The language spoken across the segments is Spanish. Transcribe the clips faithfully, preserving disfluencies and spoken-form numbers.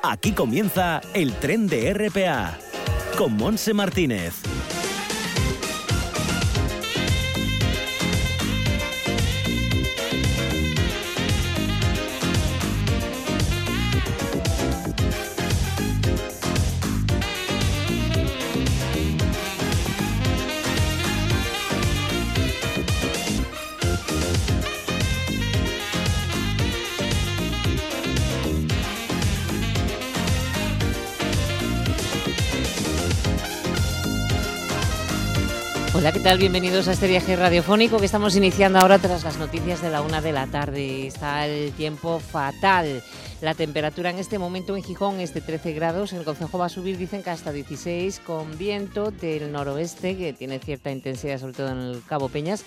Aquí comienza el tren de R P A con Montse Martínez. Hola, ¿qué tal? Bienvenidos a este viaje radiofónico que estamos iniciando ahora tras las noticias de la una de la tarde. Está el tiempo fatal. La temperatura en este momento en Gijón es de trece grados. En el concejo va a subir, dicen que hasta dieciséis, con viento del noroeste, que tiene cierta intensidad, sobre todo en el Cabo Peñas.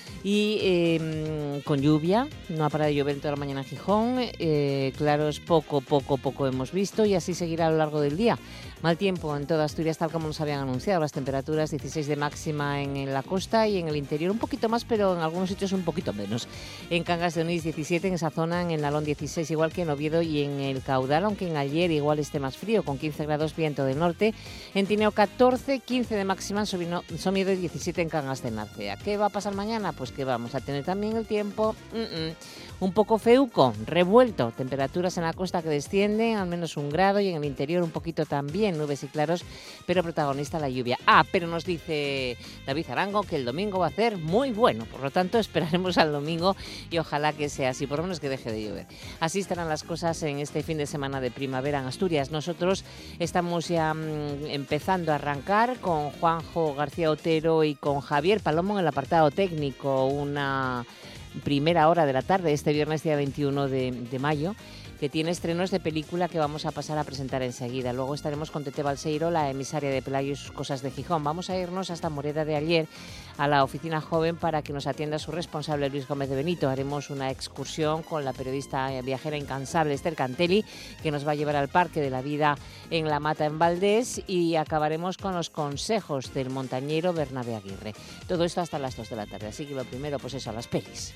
Y eh, con lluvia, no ha parado de llover toda la mañana en Gijón, eh, claros poco, poco, poco hemos visto y así seguirá a lo largo del día. Mal tiempo en toda Asturias, tal como nos habían anunciado, las temperaturas dieciséis de máxima en la costa y en el interior un poquito más, pero en algunos sitios un poquito menos. En Cangas de Onís diecisiete, en esa zona, en el Nalón dieciséis, igual que en Oviedo y en el Caudal, aunque en Aller igual esté más frío, con quince grados, viento del norte. En Tineo catorce, quince de máxima en Somiedo y diecisiete en Cangas de Narcea. ¿Qué va a pasar mañana? Pues que vamos a tener también el tiempo mm-mm, un poco feuco, revuelto, temperaturas en la costa que descienden al menos un grado y en el interior un poquito también, nubes y claros, pero protagonista la lluvia. Ah, pero nos dice David Arango que el domingo va a ser muy bueno, por lo tanto esperaremos al domingo y ojalá que sea así, por lo menos que deje de llover. Así estarán las cosas en este fin de semana de primavera en Asturias. Nosotros estamos ya mmm, empezando a arrancar con Juanjo García Otero y con Javier Palomo en el apartado técnico, una primera hora de la tarde, este viernes día veintiuno de, de mayo, que tiene estrenos de película que vamos a pasar a presentar enseguida. Luego estaremos con Tete Balseiro, la emisaria de Pelayo y sus cosas de Gijón. Vamos a irnos hasta Moreda de Aller, a la oficina joven, para que nos atienda su responsable Luis Gómez de Benito. Haremos una excursión con la periodista viajera incansable Esther Cantelli, que nos va a llevar al Parque de la Vida en La Mata, en Valdés, y acabaremos con los consejos del montañero Bernabé Aguirre. Todo esto hasta las dos de la tarde. Así que lo primero, pues eso, las pelis.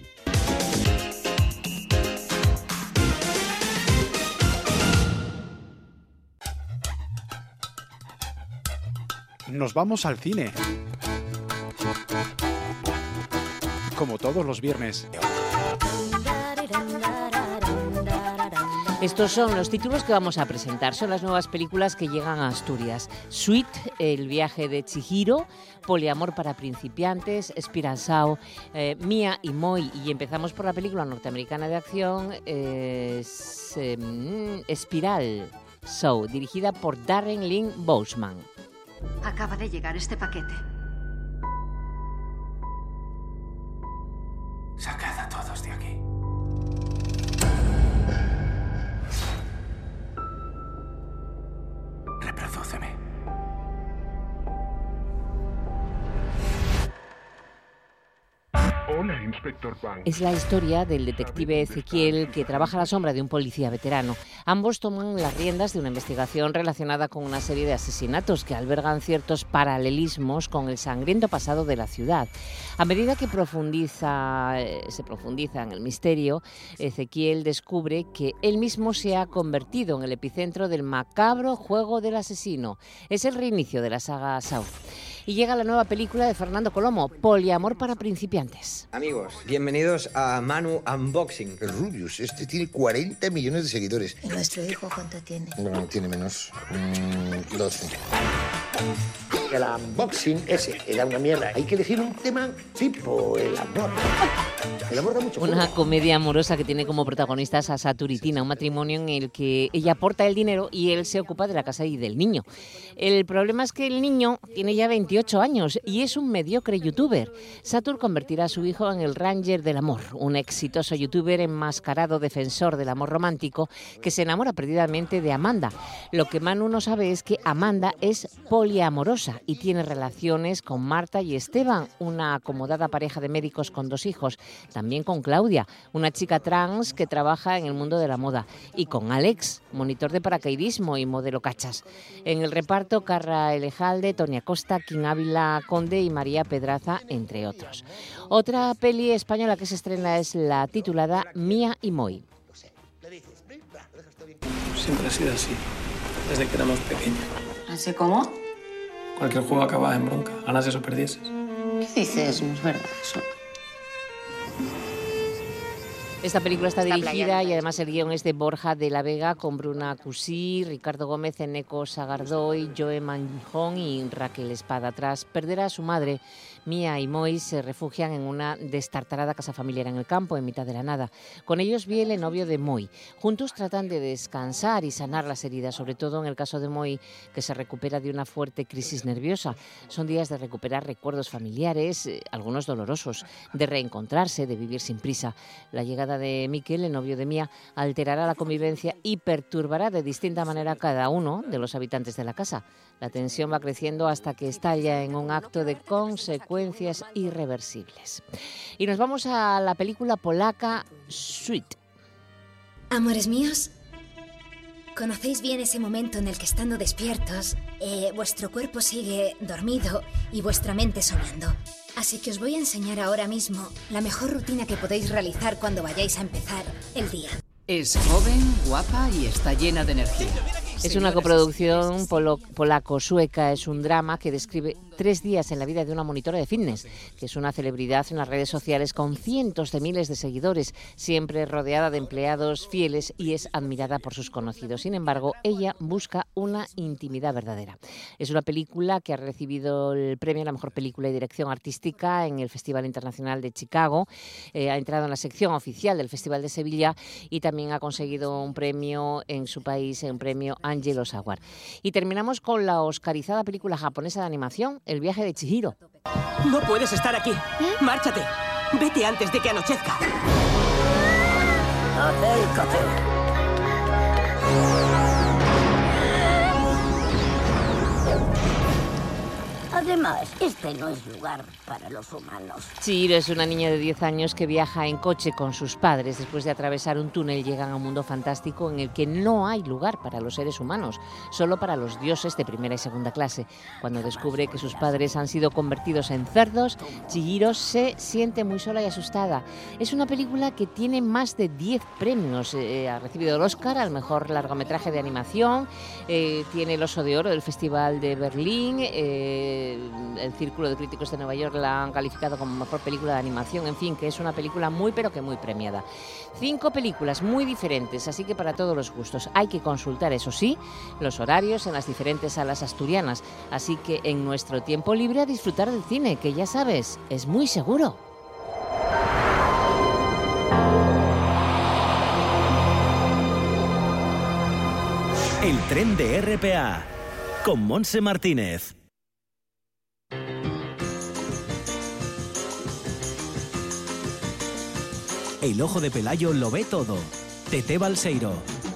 Nos vamos al cine. Como todos los viernes. Estos son los títulos que vamos a presentar. Son las nuevas películas que llegan a Asturias. Sweet, El viaje de Chihiro, Poliamor para principiantes, Espiral, eh, Mia y Moi. Y empezamos por la película norteamericana de acción eh, es, eh, Espiral Show, dirigida por Darren Lynn Bousman. Acaba de llegar este paquete. Sacad a todos de aquí. Reprodúceme. Hola, Inspector Banks. Es la historia del detective Ezequiel, que trabaja a la sombra de un policía veterano. Ambos toman las riendas de una investigación relacionada con una serie de asesinatos que albergan ciertos paralelismos con el sangriento pasado de la ciudad. A medida que profundiza, eh, se profundiza en el misterio, Ezequiel descubre que él mismo se ha convertido en el epicentro del macabro juego del asesino. Es el reinicio de la saga Saw. Y llega la nueva película de Fernando Colomo, Poliamor para principiantes. Amigos, bienvenidos a Manu Unboxing. El Rubius, este tiene cuarenta millones de seguidores. ¿Y nuestro hijo cuánto tiene? Bueno, tiene menos. Mm, doce. El unboxing ese era una mierda. Hay que elegir un tema tipo el amor. El amor da mucho juego. Una comedia amorosa que tiene como protagonistas a Saturitina, un matrimonio en el que ella aporta el dinero y él se ocupa de la casa y del niño. El problema es que el niño tiene ya veintiocho años y es un mediocre youtuber. Satur convertirá a su hijo en el Ranger del amor, un exitoso youtuber enmascarado defensor del amor romántico que se enamora perdidamente de Amanda. Lo que Manu no sabe es que Amanda es poliamorosa y tiene relaciones con Marta y Esteban, una acomodada pareja de médicos con dos hijos, también con Claudia, una chica trans que trabaja en el mundo de la moda, y con Alex, monitor de paracaidismo y modelo cachas. En el reparto, Carra Elejalde, Tony Acosta, Kim Ávila Conde y María Pedraza, entre otros. Otra peli española que se estrena es la titulada Mia y Moi. Siempre ha sido así, desde que éramos pequeños. ¿Así cómo? Cualquier juego acababa en bronca, ganas o perdieses. ¿Qué dices? No es verdad eso. Esta película está dirigida y además el guión es de Borja de la Vega con Bruna Cusí, Ricardo Gómez, Eneco Sagardoy, Joe Manjón y Raquel Espada. Tras perder a su madre, Mía y Moi se refugian en una destartalada casa familiar en el campo, en mitad de la nada. Con ellos viene el novio de Moi. Juntos tratan de descansar y sanar las heridas, sobre todo en el caso de Moi, que se recupera de una fuerte crisis nerviosa. Son días de recuperar recuerdos familiares, eh, algunos dolorosos, de reencontrarse, de vivir sin prisa. La llegada de Miquel, el novio de Mía, alterará la convivencia y perturbará de distinta manera a cada uno de los habitantes de la casa. La tensión va creciendo hasta que estalla en un acto de consecuencias irreversibles. Y nos vamos a la película polaca Sweet. Amores míos, conocéis bien ese momento en el que estando despiertos, eh, vuestro cuerpo sigue dormido y vuestra mente soñando. Así que os voy a enseñar ahora mismo la mejor rutina que podéis realizar cuando vayáis a empezar el día. Es joven, guapa y está llena de energía. Es una coproducción polo- polaco-sueca, es un drama que describe tres días en la vida de una monitora de fitness, que es una celebridad en las redes sociales con cientos de miles de seguidores, siempre rodeada de empleados fieles y es admirada por sus conocidos. Sin embargo, ella busca una intimidad verdadera. Es una película que ha recibido el premio a la mejor película y dirección artística en el Festival Internacional de Chicago, eh, ha entrado en la sección oficial del Festival de Sevilla y también ha conseguido un premio en su país, un premio Angelo Sawar. Y terminamos con la oscarizada película japonesa de animación, El viaje de Chihiro. No puedes estar aquí. Márchate. Vete antes de que anochezca. Acércate. Además, este no es lugar para los humanos. Chihiro es una niña de diez años que viaja en coche con sus padres. Después de atravesar un túnel llegan a un mundo fantástico en el que no hay lugar para los seres humanos, solo para los dioses de primera y segunda clase. Cuando descubre que sus padres han sido convertidos en cerdos, Chihiro se siente muy sola y asustada. Es una película que tiene más de diez premios. Eh, ha recibido el Oscar al mejor largometraje de animación, eh, tiene el Oso de Oro del Festival de Berlín, eh, el Círculo de Críticos de Nueva York la han calificado como mejor película de animación, en fin, que es una película muy pero que muy premiada. Cinco películas muy diferentes, así que para todos los gustos. Hay que consultar, eso sí, los horarios en las diferentes salas asturianas, así que en nuestro tiempo libre a disfrutar del cine, que ya sabes, es muy seguro. El tren de R P A con Montse Martínez. El ojo de Pelayo lo ve todo. Tete Balseiro.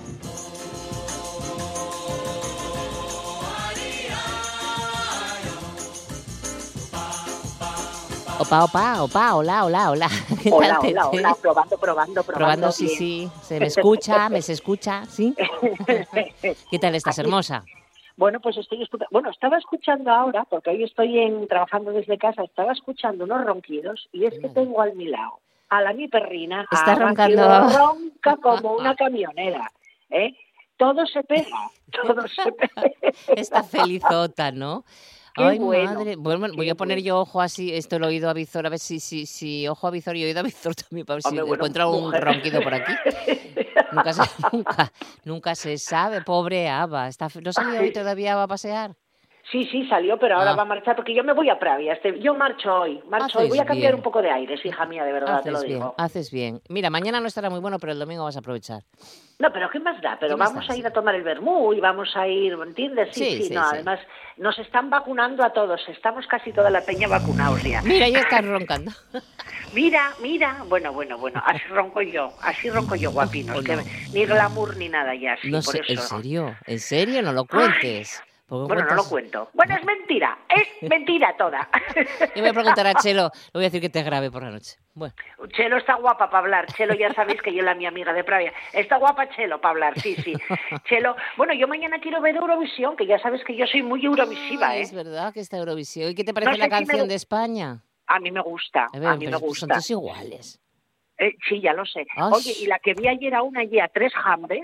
Opa, opa, opa, hola, hola, hola. ¿Qué hola, tal, Tete? hola, hola, probando, probando, probando. Probando, sí, bien. sí. ¿Se me escucha? ¿Me se escucha? ¿Sí? ¿Qué tal estás, Aquí. hermosa? Bueno, pues estoy escuchando. Bueno, estaba escuchando ahora, porque hoy estoy en, trabajando desde casa, estaba escuchando unos ronquidos y es que tengo al mi lado a la mi perrina. Está a Ava, roncando. que ronca como una camionera, ¿eh? Todo se pega, todo se pega. Está felizota, ¿no? Qué Ay, bueno, madre. Bueno, voy a poner yo ojo así, esto lo oído a Vizor, a ver si, si, si ojo a Vizor y oído a Vizor también, para ver si Hombre, bueno, encuentro un mujer. ronquido por aquí. Nunca se, nunca, nunca se sabe, pobre Ava. Está, ¿no salió hoy todavía Ava a pasear? Sí, sí, salió, pero ahora Ah. va a marchar porque yo me voy a Pravia. Este, yo marcho hoy, marcho hoy. Haces Voy a cambiar bien. un poco de aires, hija mía, de verdad, te lo Haces bien, digo. haces bien. Mira, mañana no estará muy bueno, pero el domingo vas a aprovechar. No, pero ¿qué más da? Pero ¿Qué más vamos da? a ir a tomar el vermú y vamos a ir, ¿entiendes? Sí, Sí, sí, sí, no, sí. además nos están vacunando a todos, estamos casi toda la peña vacunados ya. Mira, ya estás roncando. Mira, mira, bueno, bueno, bueno, así ronco yo, así ronco yo, guapinos, ¿O que no? ni glamour ni nada ya, sí, No por sé, ¿en eso. serio? ¿En serio? No lo cuentes. ¿Por qué Bueno, no cuentas? lo cuento. Bueno, es mentira, es mentira toda. Yo voy a preguntar a Chelo, le voy a decir que te grabe por la noche. Bueno. Chelo está guapa para hablar. Chelo, ya sabéis que yo la mi amiga de Pravia. Está guapa Chelo para hablar, sí, sí. Chelo, bueno, yo mañana quiero ver Eurovisión, que ya sabes que yo soy muy eurovisiva, Ay, ¿eh? Es verdad que está Eurovisión. ¿Y qué te parece No sé la si me canción gu- de España? A mí me gusta, A ver, a mí pero me gusta. son todos iguales. Eh, sí, ya lo sé. Ay. Oye, y la que vi ayer a una y a tres jambes,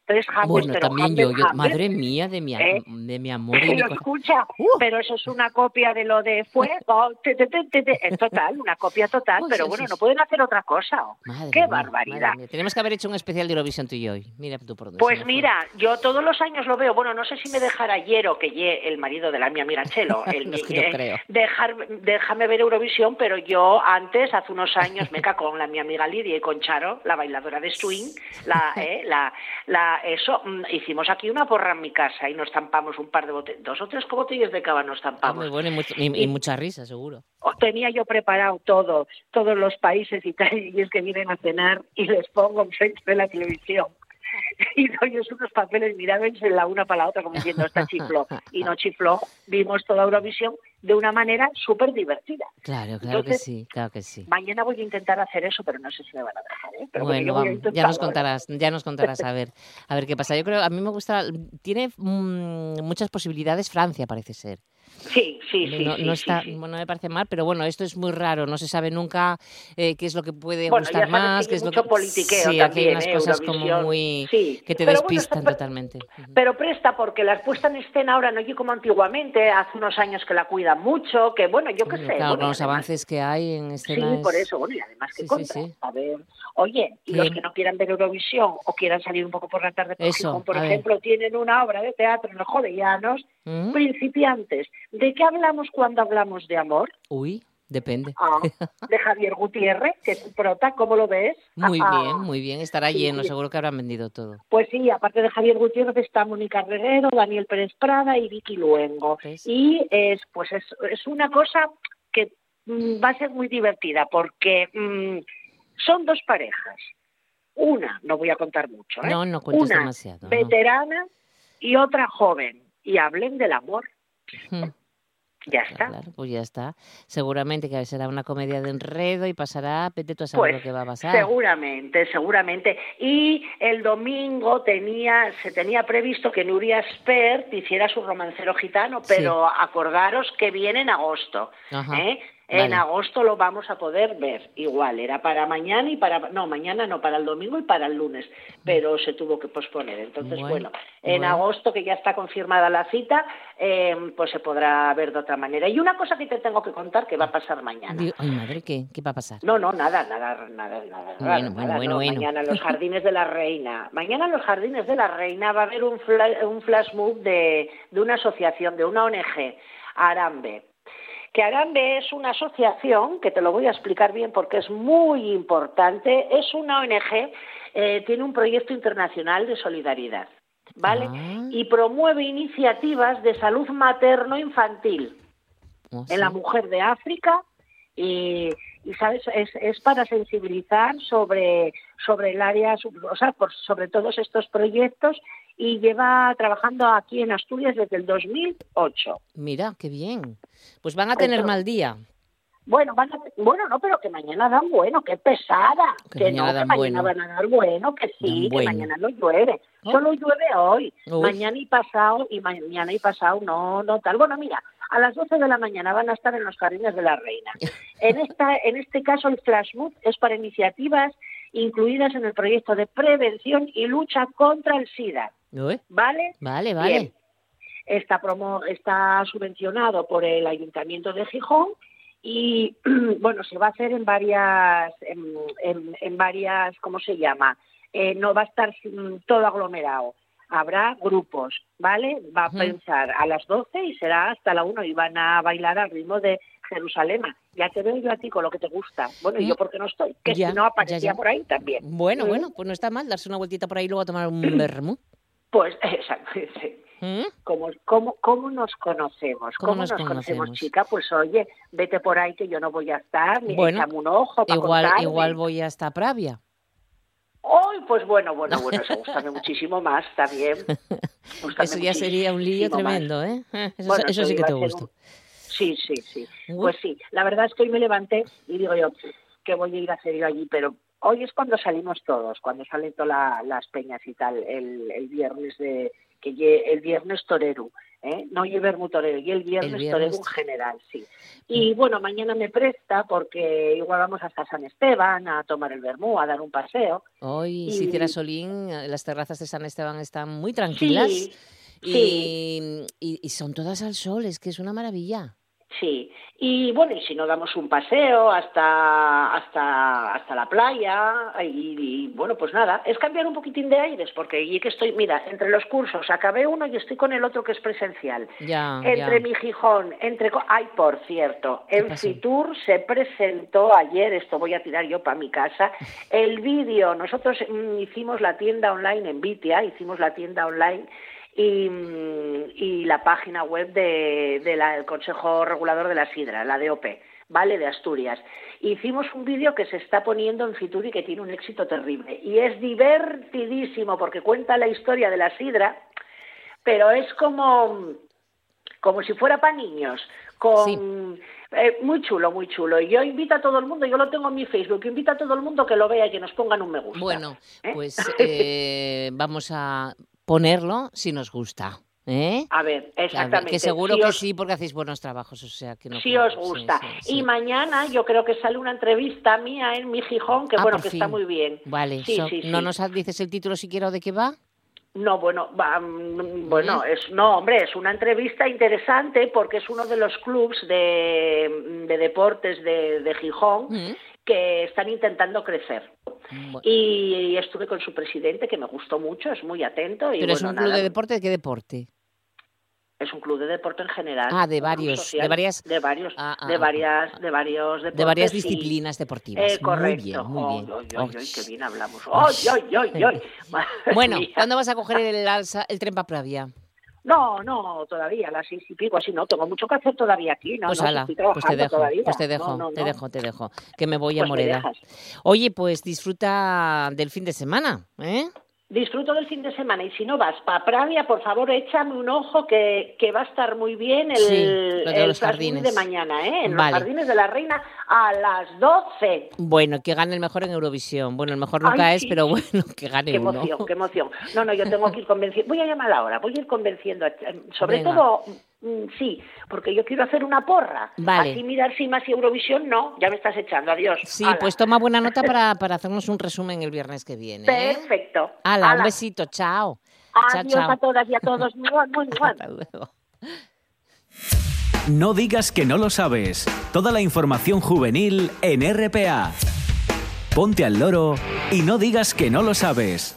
Tres Hamlet, Bueno, pero también Hamlet, yo, yo, Hamlet, madre mía, de mi, ¿eh? de mi amor y mi Pero corazón. escucha, Uh. pero eso es una copia de lo de fuego, te, te, te, te, te. Es total, una copia total, Uy, pero sí, bueno, sí, no sí. pueden hacer otra cosa. Madre ¡Qué mía, barbaridad! madre mía. Tenemos que haber hecho un especial de Eurovisión tú y yo hoy. Mira tú por dónde se Pues me fue. mira, yo todos los años lo veo, bueno, no sé si me dejará Yero, que Ye, el marido de la mi amiga Chelo, el, No, es que no eh, creo. dejar, déjame ver Eurovisión, pero yo antes, hace unos años, me cago con la mi amiga Lidia y con Charo, la bailadora de swing, la, eh, la, la, eso, mm, hicimos aquí una porra en mi casa y nos tampamos un par de botellas, dos o tres botellas de cava nos Ah, tampamos. muy bueno y, mucho- y- y mucha risa, seguro. Tenía yo preparado todo, todos los países y tal, y es que vienen a cenar y les pongo enfrente de la televisión. Y doy unos papeles, mirábense la una para la otra como diciendo, esta chifló. Y no chifló, vimos toda Eurovisión de una manera súper divertida. Claro, claro Entonces, que sí, claro que sí. Mañana voy a intentar hacer eso, pero no sé si me van a dejar, ¿eh? Pero Bueno, yo voy a vamos, ya intentarlo, nos contarás, ya nos contarás a ver, a ver qué pasa. Yo creo, a mí me gusta, tiene mm, muchas posibilidades Francia, parece ser. Sí, sí, sí. No, sí, no sí, está, sí. bueno, no me parece mal, pero bueno, esto es muy raro, no se sabe nunca eh, qué es lo que puede Bueno, ya gustar sabes más, que qué hay es lo mucho que politiqueo sí, aquí hay también, unas ¿eh? cosas como Eurovisión. muy Sí. que te Pero bueno, despistan está- totalmente. Pero presta porque la puesta en escena ahora no oye como antiguamente, hace unos años que la cuidan mucho, que bueno, yo qué Bueno, sé. claro, bueno, con los y además- avances que hay en escena Sí, es- por eso, bueno, y además que Sí, sí, contra. sí. A ver, oye, y los Bien. que no quieran ver Eurovisión o quieran salir un poco por la tarde por Eso, Gijón, por a ver. ejemplo, tienen una obra de teatro en los Jovellanos, ¿Mm? Principiantes. ¿De qué hablamos cuando hablamos de amor? Uy, depende. Ah, de Javier Gutiérrez, que es un prota, ¿cómo lo ves? Muy Ah, bien, muy bien, estará sí, lleno, sí. seguro que habrán vendido todo. Pues sí, aparte de Javier Gutiérrez está Mónica Reguero, Daniel Pérez Prada y Vicky Luengo. Y es pues es, es una cosa que mm, va a ser muy divertida porque mm, son dos parejas. Una, no voy a contar mucho, ¿eh? No, no cuentes Una demasiado, no. veterana y otra joven. Y hablen del amor. Hmm. Ya está. Claro, pues ya está. Seguramente que será una comedia de enredo y pasará, vete tú a saber Pues lo que va a pasar. seguramente, seguramente. Y el domingo tenía, se tenía previsto que Nuria Espert hiciera su romancero gitano, pero acordaros que viene en agosto. Ajá. ¿eh? En Vale. agosto lo vamos a poder ver. Igual, era para mañana y para... No, mañana no, para el domingo y para el lunes. Pero se tuvo que posponer. Entonces, Bueno, bueno, en bueno. agosto, que ya está confirmada la cita, eh, pues se podrá ver de otra manera. Y una cosa que te tengo que contar que va a pasar mañana. Digo, ay, madre, ¿qué? ¿Qué va a pasar? No, no, nada, nada, nada, nada. Bueno, nada, bueno, nada, bueno, no. bueno. Mañana en los Jardines de la Reina. Mañana en los Jardines de la Reina va a haber un, fla- un flash mob de, de una asociación, de una O N G, Arambe. Que Arambe es una asociación, que te lo voy a explicar bien porque es muy importante, es una O N G, eh, tiene un proyecto internacional de solidaridad, ¿vale? Ah. Y promueve iniciativas de salud materno-infantil Oh, en la sí. mujer de África y, y sabes es, es para sensibilizar sobre sobre el área, o sea, por, sobre todos estos proyectos y lleva trabajando aquí en Asturias desde el dos mil ocho. Mira, qué bien. Pues van a tener Eso. mal día. Bueno, van a, bueno, no, pero que mañana dan bueno, qué pesada. Que Que, mañana no, dan que mañana bueno. van a dar bueno, que sí, Dan que bueno. mañana no llueve. Oh. Solo llueve hoy, Uf. mañana y pasado, y mañana y pasado no, no tal. Bueno, mira, a las doce de la mañana van a estar en los Jardines de la Reina. En esta, en este caso el flash mob es para iniciativas incluidas en el proyecto de prevención y lucha contra el SIDA. Ué, ¿Vale? Vale, vale. Bien. Está, promo, está subvencionado por el Ayuntamiento de Gijón y bueno, se va a hacer en varias, en, en, en varias, ¿cómo se llama? Eh, no va a estar mm, todo aglomerado. Habrá grupos, ¿vale? Va a Ujú. pensar a las doce y será hasta la una y van a bailar al ritmo de Jerusalén. Ya te veo yo a ti con lo que te gusta. Bueno, ¿y yo por qué no estoy? Que Ya, si no aparecía ya, ya. por ahí también. Bueno, ¿Mm? bueno, pues no está mal darse una vueltita por ahí y luego a tomar un vermú. Pues, exacto, sí. ¿Mm? ¿Cómo, cómo, ¿Cómo nos conocemos? ¿Cómo ¿Cómo, nos nos conocemos, conocemos? chica? Pues oye, vete por ahí que yo no voy a estar, ni Bueno, échame un ojo para Igual, contarme. igual voy hasta Pravia. Ay, pues bueno, bueno, bueno, eso gustame muchísimo más, está bien. Gústame Eso ya sería un lío muchísimo más. tremendo, ¿eh? Eh, Eso, Bueno, eso eso sí que iba te a ser gusta. un- Sí, sí, sí. Uy. Pues sí, la verdad es que hoy me levanté y digo yo, que voy a ir a hacer yo allí, pero hoy es cuando salimos todos, cuando salen todas la, las peñas y tal, el, el viernes de que ye, el viernes torero, ¿eh? No y vermú torero, y el viernes, el viernes torero en general, sí. Y bueno, mañana me presta porque igual vamos hasta San Esteban a tomar el vermú, a dar un paseo. Hoy, y... si hiciera solín, las terrazas de San Esteban están muy tranquilas. Sí, y, sí. Y, y son todas al sol, es que es una maravilla. Sí, y bueno, y si no damos un paseo hasta hasta hasta la playa y, y bueno, pues nada, es cambiar un poquitín de aires, porque y que estoy, mira, entre los cursos acabé uno y estoy con el otro que es presencial. Ya, entre ya. mi Gijón, entre ay, por cierto, el Fitur se presentó ayer, esto voy a tirar yo para mi casa, el vídeo, nosotros mm, hicimos la tienda online en Vitia, hicimos la tienda online Y, y la página web del de del Consejo Regulador de la Sidra, la D O P, ¿vale?, de Asturias. Hicimos un vídeo que se está poniendo en Fitur y que tiene un éxito terrible. Y es divertidísimo porque cuenta la historia de la sidra, pero es como, como si fuera para niños, con... Sí. Eh, muy chulo, muy chulo. Y yo invito a todo el mundo, yo lo tengo en mi Facebook, invito a todo el mundo que lo vea y que nos pongan un me gusta. Bueno, ¿eh? pues eh, vamos a ponerlo si nos gusta. ¿Eh? A ver, exactamente. Claro, que seguro si que os, sí, porque hacéis buenos trabajos, o sea que no. Si claro, os gusta. Sí, sí, sí. Y mañana yo creo que sale una entrevista mía en mi Gijón, que ah, bueno, que fin. está muy bien. Vale, sí, so, sí, ¿no sí. nos dices el título siquiera o de qué va? No, bueno, va, bueno, ¿Eh? es no, hombre, es una entrevista interesante porque es uno de los clubs de, de deportes de, de Gijón ¿Mm? que están intentando crecer. Bueno. Y, y estuve con su presidente, que me gustó mucho, es muy atento. Y ¿Pero bueno, es un club nada, de deporte? ¿De qué deporte? Es un club de deporte en general. Ah, de varios, social, de varias, de varios, ah, ah, de varias, ah, de varios deportes. De varias disciplinas sí. deportivas. Eh, correcto. Muy bien, muy bien. Oh, oh, oh, oh, qué bien hablamos. Oh, oh, oh, oh. Bueno, ¿cuándo vas a coger el, alza, el tren para Pravia? No, no, todavía, a las seis y pico, así no, tengo mucho que hacer todavía aquí. No, pues no, ala, estoy pues te dejo, todavía. pues te dejo, no, no, te no. dejo, te dejo, que me voy pues a Moreda. Oye, pues disfruta del fin de semana, ¿eh? Disfruto del fin de semana y si no vas para Pravia, por favor, échame un ojo que, que va a estar muy bien el, sí, lo de el los jardines de mañana, ¿eh? En vale. los Jardines de la Reina a las doce. Bueno, que gane el mejor en Eurovisión. Bueno, el mejor nunca Ay, es, sí. pero bueno, que gane qué uno. Qué emoción, qué emoción. No, no, yo tengo que ir convenciendo. Voy a llamar ahora, voy a ir convenciendo. A, sobre Venga. todo, sí, porque yo quiero hacer una porra. Vale. Así mirar si más y Eurovisión, no, ya me estás echando, adiós. Sí, Ala. pues toma buena nota para, para hacernos un resumen el viernes que viene. ¿eh? Perfecto. Ala, Ala. un besito, chao. Adiós chao, chao. a todas y a todos. Muy, muy, muy. Hasta luego. No digas que no lo sabes. Toda la información juvenil en R P A. Ponte al loro y no digas que no lo sabes.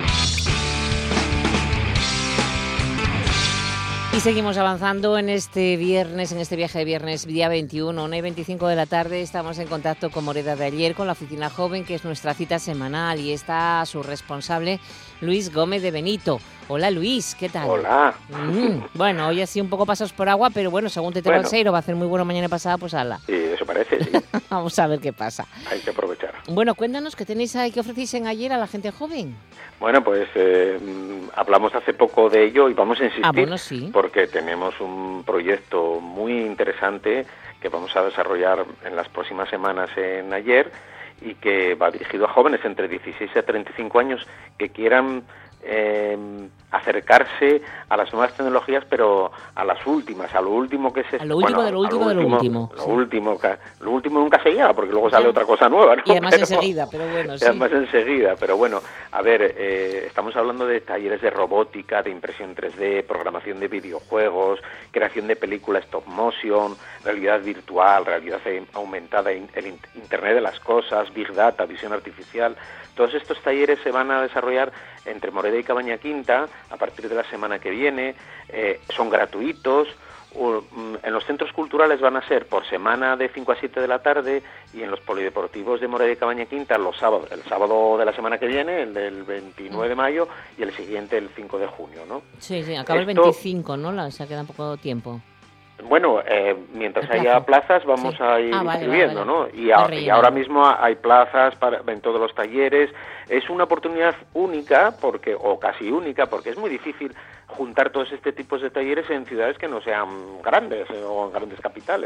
Y seguimos avanzando en este viernes, en este viaje de viernes, día veintiuno, una y veinticinco de la tarde. Estamos en contacto con Moreda de Ayer, con la Oficina Joven, que es nuestra cita semanal, y está su responsable, Luis Gómez de Benito. Hola Luis, ¿qué tal? Hola. Mm, bueno, hoy así un poco pasos por agua, pero bueno, según te tengo bueno. el Seiro, va a hacer muy bueno mañana pasada, pues ala. Sí, eso parece, sí. Vamos a ver qué pasa. Hay que aprovechar. Bueno, cuéntanos, ¿qué tenéis ahí, qué ofrecéis en Ayer a la gente joven? Bueno, pues eh, hablamos hace poco de ello y vamos a insistir. Ah, bueno, sí. Porque tenemos un proyecto muy interesante que vamos a desarrollar en las próximas semanas en Ayer y que va dirigido a jóvenes entre dieciséis a treinta y cinco años que quieran eh, acercarse a las nuevas tecnologías, pero a las últimas, a lo último que se... A lo último bueno, de lo último lo de lo último. Lo último, lo último nunca se llega, porque luego sale ya. otra cosa nueva, ¿no? Y además pero, enseguida, pero bueno, sí. Además enseguida, pero bueno, a ver, eh, estamos hablando de talleres de robótica, de impresión tres D, programación de videojuegos, creación de películas stop motion, realidad virtual, realidad aumentada, el Internet de las cosas, Big Data, visión artificial. Todos estos talleres se van a desarrollar entre Moreda y Cabaña Quinta a partir de la semana que viene, eh, son gratuitos. En los centros culturales van a ser por semana de cinco a siete de la tarde y en los polideportivos de Moreda y Cabaña Quinta los sábados, el sábado de la semana que viene, el del veintinueve de mayo y el siguiente el cinco de junio, ¿no? Sí, sí, acaba Esto, el veinticinco, ¿no? La, o sea, queda poco tiempo. Bueno, eh, mientras haya plazas vamos sí. a ir ah, vale, escribiendo, vale, vale. ¿no? Y, a, y ahora mismo hay plazas para, en todos los talleres. Es una oportunidad única, porque o casi única, porque es muy difícil juntar todos este tipos de talleres en ciudades que no sean grandes o en grandes capitales.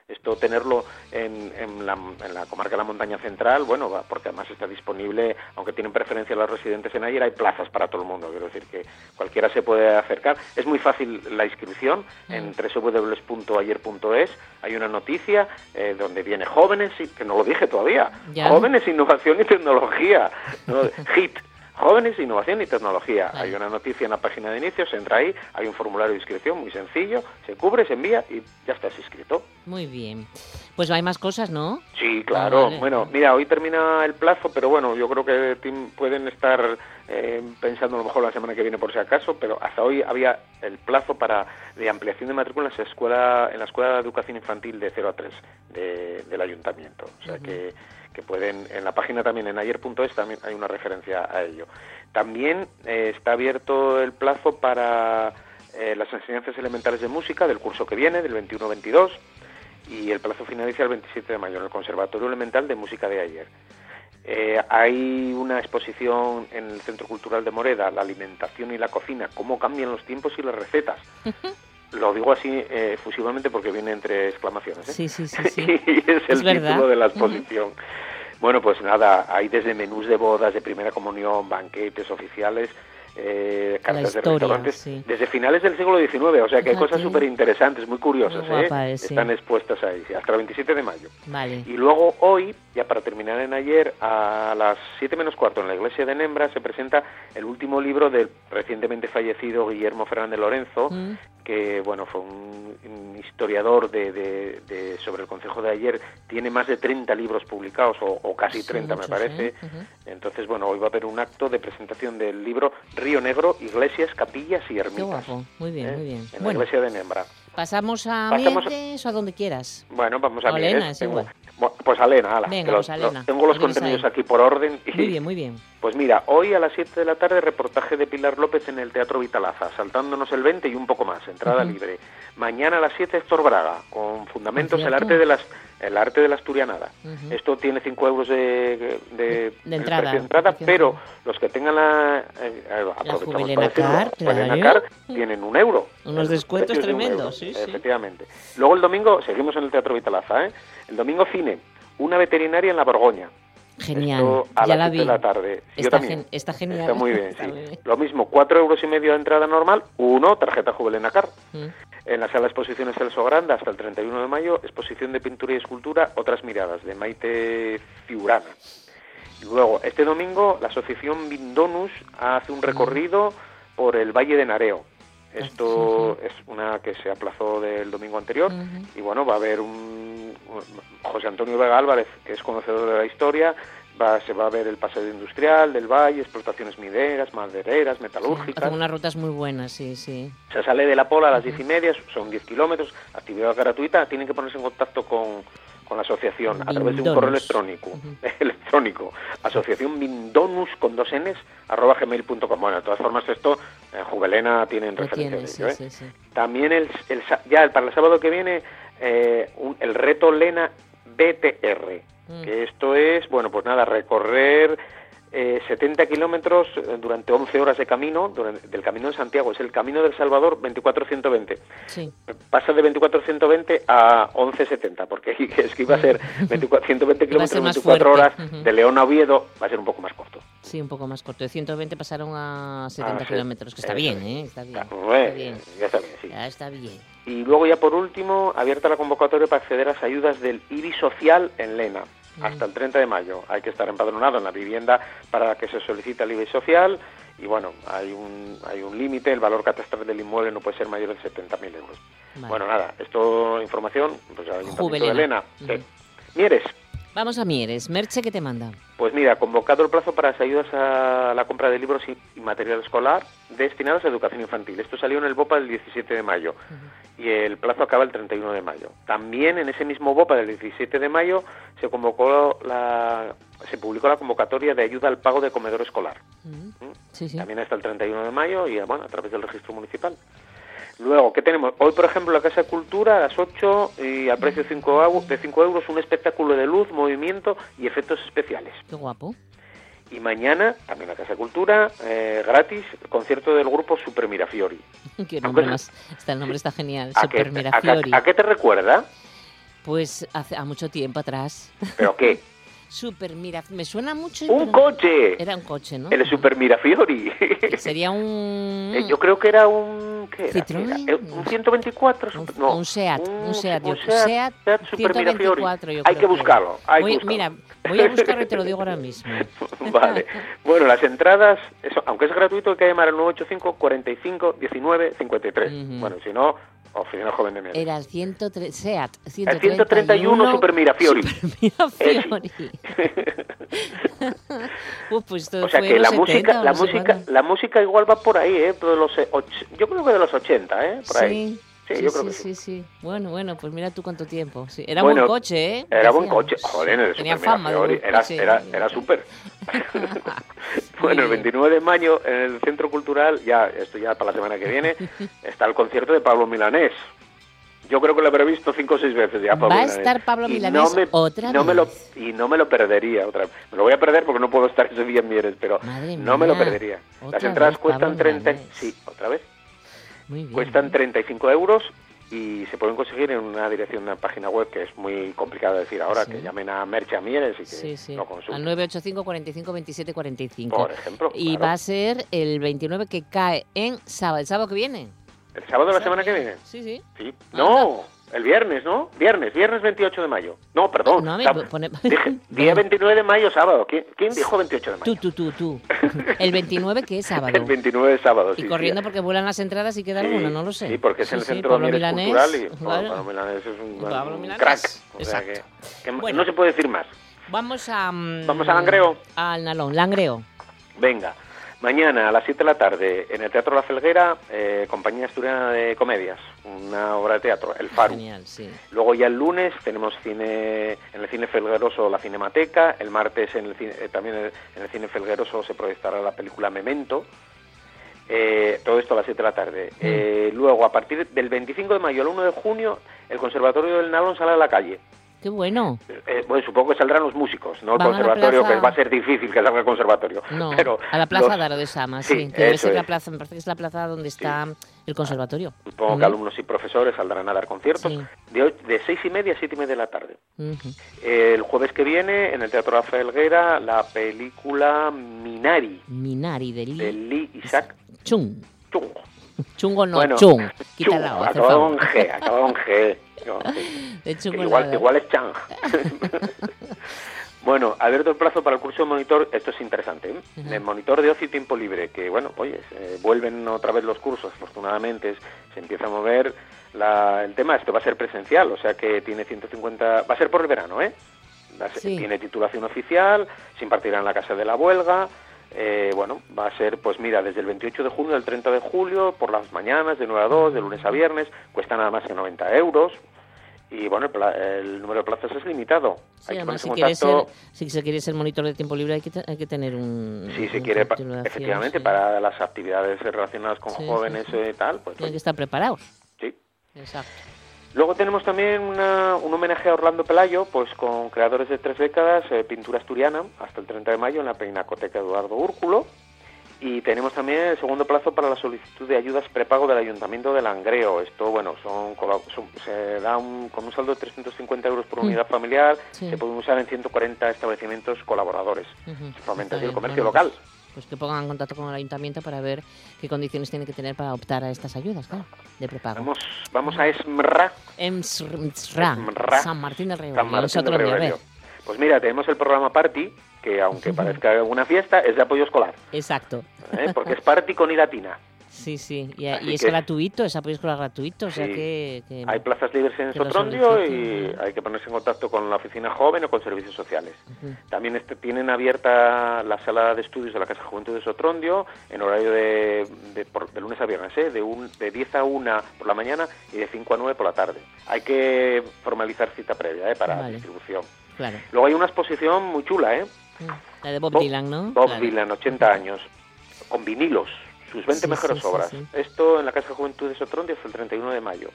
Esto tenerlo en, en, la, en la comarca de la Montaña Central, bueno, va, porque además está disponible, aunque tienen preferencia los residentes en Ayer, hay plazas para todo el mundo, quiero decir que cualquiera se puede acercar. Es muy fácil la inscripción en doble u doble u doble u punto ayer punto es, hay una noticia eh, donde viene jóvenes, y, que no lo dije todavía, ¿ya? Jóvenes, innovación y tecnología, ¿no? H I T. Jóvenes, Innovación y Tecnología. Vale. Hay una noticia en la página de inicio, se entra ahí, hay un formulario de inscripción muy sencillo, se cubre, se envía y ya estás inscrito. Muy bien. Pues hay más cosas, ¿no? Sí, claro. Ah, vale. Bueno, mira, hoy termina el plazo, pero bueno, yo creo que pueden estar eh, pensando a lo mejor la semana que viene por si acaso, pero hasta hoy había el plazo para de ampliación de matrícula en la escuela, en la Escuela de Educación Infantil de cero a tres de, del Ayuntamiento. O sea uh-huh. que... que pueden, en la página también, en ayer punto es, también hay una referencia a ello. También eh, está abierto el plazo para eh, las enseñanzas elementales de música del curso que viene, del veintiuno veintidós, y el plazo finaliza el veintisiete de mayo en el Conservatorio Elemental de Música de Ayer. Eh, hay una exposición en el Centro Cultural de Moreda, la alimentación y la cocina, cómo cambian los tiempos y las recetas. Lo digo así eh, efusivamente porque viene entre exclamaciones, ¿eh? Sí, sí, sí. sí. Y es el es título verdad. de la exposición. Uh-huh. Bueno, pues nada, hay desde menús de bodas, de primera comunión, banquetes oficiales, eh, cartas historia, de restaurantes, sí. desde finales del siglo diecinueve, o sea que Fíjate. hay cosas súper interesantes, muy curiosas, muy guapa, ¿eh? Sí. Están expuestas ahí, sí, hasta el veintisiete de mayo. Vale. Y luego hoy, ya para terminar en ayer, a las siete menos cuarto en la iglesia de Nembra se presenta el último libro del recientemente fallecido Guillermo Fernández Lorenzo, mm. que bueno fue un, un historiador de, de, de sobre el concejo de Ayer, tiene más de treinta libros publicados, o, o casi treinta sí, me parece, ¿eh? uh-huh. Entonces bueno, hoy va a haber un acto de presentación del libro Río Negro, Iglesias, Capillas y Ermitas. Qué guapo, muy bien, ¿eh? muy bien. En bueno, la iglesia de Nembra. ¿Pasamos a Pasamos Mieres a... o a donde quieras? Bueno, vamos a, a Mieres. Lena, es tengo... igual. Pues a Lena, ala. Venga, los, pues a Lena. Los, tengo los contenidos aquí por orden. Y... Muy bien, muy bien. Pues mira, hoy a las siete de la tarde reportaje de Pilar López en el Teatro Vitalaza, saltándonos el veinte y un poco más, entrada uh-huh. libre. Mañana a las siete Héctor Braga, con fundamentos el arte de las el arte de la asturianada. Uh-huh. Esto tiene cinco euros de, de, de entrada, de entrada pero los que tengan la eh, aprovechamos la para decirlo, Jubilenacar, tienen un euro. Unos descuentos tremendos, sí, sí. Efectivamente. Luego el domingo, seguimos en el Teatro Vitalaza, ¿eh? El domingo cine, una veterinaria en La Borgoña. Genial, Esto a ya las la vi. De la tarde. Está Yo también. Gen- está genial. Está muy bien, está sí. muy bien. Lo mismo, cuatro euros y medio de entrada normal, uno, tarjeta Jubilenacar. Mm. En la sala de exposiciones Celso Granda hasta el treinta y uno de mayo, exposición de pintura y escultura, Otras miradas, de Maite Ciurana. Y luego, este domingo, la asociación Vindonus hace un recorrido mm. por el Valle de Nareo. Esto uh-huh. es una que se aplazó del domingo anterior uh-huh. y bueno, va a haber un, un José Antonio Vega Álvarez, que es conocedor de la historia, va, se va a ver el paseo industrial del valle, explotaciones mineras, madereras, metalúrgicas. Sí, hacen unas rutas muy buenas, sí, sí. Se sale de La Pola a las diez y media, son diez kilómetros, actividad gratuita, tienen que ponerse en contacto con... con la asociación a través de un correo electrónico, uh-huh. electrónico, asociación Vindonus con dos n's arroba gmail punto com. Bueno, de todas formas esto en eh, Juvelena tienen Lo referencia tienes, de ello, sí, ¿eh? sí, sí. También el, el ya para el sábado que viene eh, un, el reto Lena B T R, mm. que esto es, bueno, pues nada, recorrer eh, setenta kilómetros durante once horas de camino, durante, del Camino de Santiago, es el Camino del Salvador veinticuatro ciento veinte. Sí. Pasa de veinticuatro ciento veinte a once setenta, porque es que iba a ser veinticuatro, ciento veinte kilómetros, veinticuatro horas, uh-huh. de León a Oviedo, va a ser un poco más corto. Sí, un poco más corto. De ciento veinte pasaron a setenta ah, sí. kilómetros, que está bien, ¿eh? Está bien. Ah, bueno, está bien. Ya está bien, sí. Ya está bien. Y luego ya por último, abierta la convocatoria para acceder a las ayudas del I B I social en Lena. Hasta el treinta de mayo hay que estar empadronado en la vivienda para que se solicite el I B I social y bueno, hay un hay un límite, el valor catastral del inmueble no puede ser mayor de setenta mil euros. Vale. Bueno, nada, esto información, pues al Ayuntamiento de Lena. Uh-huh. Sí. Mieres. Vamos a Mieres. Merche, ¿qué te manda? Pues mira, convocado el plazo para las ayudas a la compra de libros y material escolar destinados a educación infantil. Esto salió en el BOPA del diecisiete de mayo uh-huh. y el plazo acaba el treinta y uno de mayo. También en ese mismo BOPA del diecisiete de mayo se convocó la se publicó la convocatoria de ayuda al pago de comedor escolar. Uh-huh. ¿Mm? Sí, sí. También hasta el treinta y uno de mayo y bueno, a través del registro municipal. Luego, ¿qué tenemos? Hoy, por ejemplo, la Casa de Cultura a las ocho y al precio de cinco euros un espectáculo de luz, movimiento y efectos especiales. Qué guapo. Y mañana, también la Casa de Cultura, eh, gratis, concierto del grupo Super Mirafiori. Qué nombre más. Está, el nombre está genial, ¿A Super qué, Mirafiori. A, a, ¿A qué te recuerda? Pues hace a mucho tiempo atrás. ¿Pero qué? Super Mira, me suena mucho. ¡Un coche! Era un coche, ¿no? El Super Mirafiori. Sería un... Eh, yo creo que era un... ¿Qué era? Citroën. Era? ¿Un ciento veinticuatro? Un, no. un Seat. Un, un Seat. Un yo, Seat, Seat, Seat Super Mirafiori. yo Hay que buscarlo. Hay voy, que buscarlo. Mira, voy a buscarlo y te lo digo ahora mismo. Vale. Bueno, las entradas, eso, aunque es gratuito, hay que llamar al nueve ocho cinco, cuarenta y cinco, diecinueve, cincuenta y tres. Uh-huh. Bueno, si no... Oficina Joven de Mieres. Era el ciento tres, Seat ciento treinta y uno Super Mirafiori. Super Mirafiori. Uf, pues o sea que la música, la música, la música igual va por ahí, ¿eh? De los, yo creo que de los ochenta, ¿eh? Por sí. ahí. Sí, sí, yo creo sí, que sí. sí, sí. Bueno, bueno, pues mira tú cuánto tiempo. Sí. Era bueno, buen coche, ¿eh? Era buen coche. Joder, el Tenía Super fama Mirafiori. de Era, coche. era, era súper. Bueno, el veintinueve de mayo en el Centro Cultural, ya esto ya para la semana que viene, está el concierto de Pablo Milanés. Yo creo que lo habré visto cinco o seis veces ya, Pablo Va a Milanés. estar Pablo y Milanés no me, otra no vez. Me lo, y no me lo perdería otra vez. Me lo voy a perder porque no puedo estar ese día en Mieres, pero Madre no mía. me lo perdería. Las entradas cuestan treinta... Sí, ¿otra vez? Muy bien, cuestan bien. treinta y cinco euros y se pueden conseguir en una dirección, una página web que es muy complicado de decir ahora, sí. Que llamen a Mercha Mieres y que sí, sí. lo consulten. Al nueve ocho cinco, cuarenta y cinco, veintisiete, cuarenta y cinco. Por ejemplo. Y claro. va a ser el veintinueve que cae en sábado, el sábado que viene. ¿El sábado de la semana que viene? Sí, sí. Sí. No, el viernes, ¿no? Viernes, viernes veintiocho de mayo. No, perdón. No, me sábado. pone... Dije, día veintinueve de mayo, sábado. ¿Quién, quién dijo veintiocho de mayo? Tú, tú, tú, tú. El veintinueve que es sábado. El veintinueve de sábado, sí. Y corriendo sí. porque vuelan las entradas y queda sí, alguna, no lo sé. Sí, porque es en el sí, Centro sí, de Mieres Milanés, Cultural y claro. bueno, Pablo Milanés es un, Pablo un Milanés. crack. O Exacto. sea que, que bueno, no se puede decir más. Vamos a... Um, Vamos a Langreo. Al Nalón, Langreo. Venga. Mañana a las siete de la tarde en el Teatro La Felguera, eh, Compañía Asturiana de Comedias, una obra de teatro, El Faro. Genial, sí. Luego ya el lunes tenemos cine en el Cine Felgueroso La Cinemateca, el martes en el cine, eh, también en el Cine Felgueroso se proyectará la película Memento, eh, todo esto a las siete de la tarde. Mm. Eh, luego a partir del veinticinco de mayo al uno de junio el Conservatorio del Nalón sale a la calle. ¡Qué bueno! Eh, bueno, supongo que saldrán los músicos, no el Van conservatorio, plaza... que va a ser difícil que salga el conservatorio. No, pero a la Plaza los... Daro de Sama, sí. sí Debe ser es. la plaza, me parece que es la plaza donde está sí. el conservatorio. Supongo uh-huh. que alumnos y profesores saldrán a dar conciertos sí. de, de seis y media a siete y media de la tarde. Uh-huh. El jueves que viene, en el Teatro La Felguera, la película Minari. Minari, de Lee, de Lee Isaac Chung. Chung. Chungo no, bueno, Chung. Quítala, acabado en G, acabado en G. No, de chungo igual, nada. igual es Chang. Bueno, abierto el plazo para el curso de monitor, esto es interesante, ¿eh? Uh-huh. El monitor de ocio y tiempo libre, que bueno, oye, eh, vuelven otra vez los cursos, afortunadamente se empieza a mover la, el tema, esto va a ser presencial, o sea que tiene ciento cincuenta, va a ser por el verano, ¿eh? Va a ser, sí. Tiene titulación oficial, se impartirá en la Casa de la Huelga. Eh, bueno, va a ser, pues mira, desde el veintiocho de junio al treinta de julio, por las mañanas, de nueve a dos, de lunes a viernes, cuesta nada más que noventa euros, y bueno, el, el número de plazas es limitado. Sí, hay además, que si, quiere ser, si se quiere ser monitor de tiempo libre hay que, te, hay que tener un... Sí, si quiere, pa, efectivamente, sí. Para las actividades relacionadas con sí, jóvenes y sí, sí. tal, pues... Tienen que estar preparados. Sí. Exacto. Luego tenemos también una, un homenaje a Orlando Pelayo, pues con creadores de tres décadas, eh, pintura asturiana, hasta el treinta de mayo en la Pinacoteca Eduardo Úrculo. Y tenemos también el segundo plazo para la solicitud de ayudas prepago del Ayuntamiento de Langreo. Esto, bueno, son, son se da un, con un saldo de trescientos cincuenta euros por unidad familiar, sí. Se pueden usar en ciento cuarenta establecimientos colaboradores. Uh-huh. Se fomenta así el comercio local. Pues que pongan en contacto con el ayuntamiento para ver qué condiciones tiene que tener para optar a estas ayudas, claro, de prepago. Vamos, vamos a ESMRA. ESMRA, San Martín del Río. San Martín del Río. Pues mira, tenemos el programa Party, que aunque parezca una fiesta, es de apoyo escolar. Exacto. ¿Eh? Porque es Party con I latina. Sí, sí, y, y es que, gratuito, es apoyo escolar gratuito, o sea sí. que, que... Hay plazas libres en Sotrondio y hay que ponerse en contacto con la oficina joven o con servicios sociales. Uh-huh. También este, tienen abierta la sala de estudios de la Casa Juventud de Sotrondio en horario de, de, por, de lunes a viernes, ¿eh? de, un, de diez a una por la mañana y de cinco a nueve por la tarde. Hay que formalizar cita previa ¿eh? para vale. distribución. Claro. Luego hay una exposición muy chula, ¿eh? La de Bob, Bob Dylan, ¿no? Bob claro. Dylan, ochenta años, con vinilos. Sus veinte sí, mejores sí, obras. Sí, sí. Esto en la Casa de Juventud de Sotrondio hasta el treinta y uno de mayo.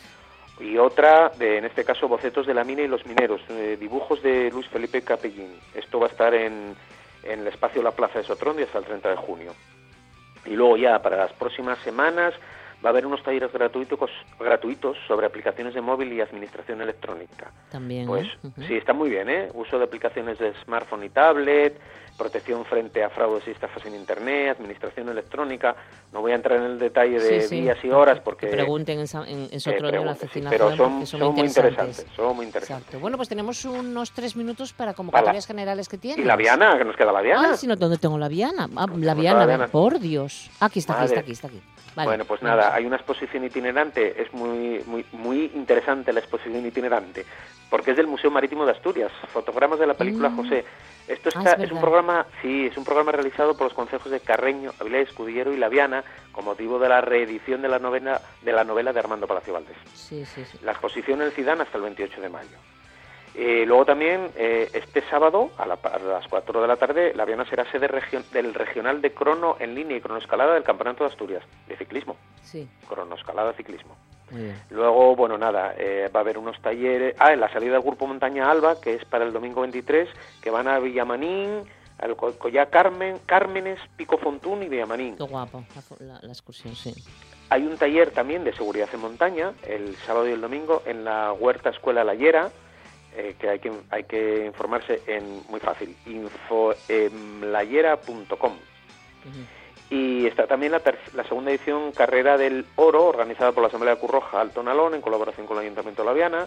Y otra, de, en este caso, Bocetos de la mina y los mineros, eh, dibujos de Luis Felipe Capellín. Esto va a estar en, en el espacio La Plaza de Sotrondio hasta el treinta de junio. Y luego ya, para las próximas semanas, va a haber unos talleres gratuitos gratuitos sobre aplicaciones de móvil y administración electrónica. También. Pues ¿eh? Uh-huh. sí, está muy bien, ¿eh? Uso de aplicaciones de smartphone y tablet, protección frente a fraudes y estafas en Internet, administración electrónica. No voy a entrar en el detalle de sí, sí. días y horas porque... Que pregunten en, en, en Sotrono, en la oficina, sí, pero son, son, son, son muy muy interesantes. Son muy interesantes. Exacto. Bueno, pues tenemos unos tres minutos para convocatorias Vale. generales que tienes. ¿Y la Viana? ¿Que nos queda la Viana? Ah, sí, no, ¿dónde tengo la Viana? Ah, la Viana, la Viana? Por Dios. Aquí está, aquí Madre. está, aquí está, aquí. Vale. Bueno, pues nada, hay una exposición itinerante, es muy, muy, muy interesante la exposición itinerante, porque es del Museo Marítimo de Asturias, fotogramas de la película Mm. José. Esto Ah, está, es es, un verdad. programa, sí, es un programa realizado por los concejos de Carreño, Avilés, Escudillero y La Viana, con motivo de la reedición de la novela de la novela de Armando Palacio Valdés. Sí, sí, sí. La exposición en el Cidán hasta el veintiocho de mayo. Eh, luego también, eh, este sábado, a, la, a las cuatro de la tarde, La Viana será sede region, del regional de crono en línea y cronoescalada del Campeonato de Asturias, de ciclismo. Sí. Cronoescalada ciclismo. Muy bien. Luego, bueno, nada, eh, va a haber unos talleres... Ah, en la salida del Grupo Montaña Alba, que es para el domingo veintitrés, que van a Villamanín, al Co- Collá Carmen, Cármenes, Pico Fontún y Villamanín. Qué guapo la, la, la excursión, sí. Hay un taller también de seguridad en montaña, el sábado y el domingo, en la Huerta Escuela Layera, eh, que hay que hay que informarse en, muy fácil, info layera punto com. Uh-huh. Y está también la, ter- la segunda edición Carrera del Oro, organizada por la Asamblea de Curroja Alto Nalón, en colaboración con el Ayuntamiento de La Viana.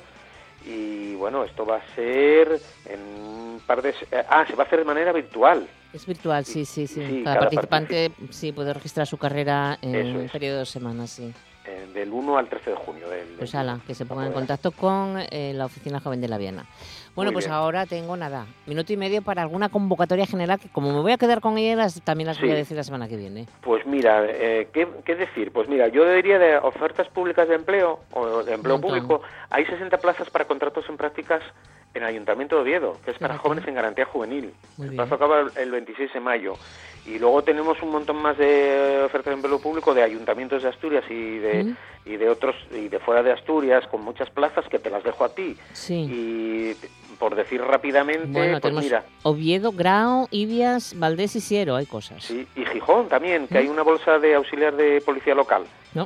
Y bueno, esto va a ser en un par de... Eh, ah, se va a hacer de manera virtual. Es virtual, sí, sí, sí. Sí, cada, cada participante sí puede registrar su carrera en Eso un es. periodo de dos semanas, sí. Eh, del uno al trece de junio. Del, Pues del- ala, que se pongan en Joder. contacto con eh, la Oficina Joven de La Viana. Bueno, Muy pues bien. ahora tengo nada, minuto y medio para alguna convocatoria general, que como me voy a quedar con ellas, también las voy Sí. a decir la semana que viene. Pues mira, eh, ¿qué, ¿qué decir? Pues mira, yo diría de ofertas públicas de empleo o de empleo Montón. público, hay sesenta plazas para contratos en prácticas en el Ayuntamiento de Oviedo, que es para Fíjate. jóvenes en garantía juvenil. Muy el bien. plazo acaba el- el veintiséis de mayo. Y luego tenemos un montón más de ofertas de empleo público de ayuntamientos de Asturias y de, ¿Mm? y de otros, y de fuera de Asturias, con muchas plazas que te las dejo a ti. Sí. Y por decir rápidamente, Bueno, pues tenemos mira, Oviedo, Grao, Ibias, Valdés y Siero, hay cosas. sí, y Gijón también, que ¿Mm? hay una bolsa de auxiliar de policía local. No,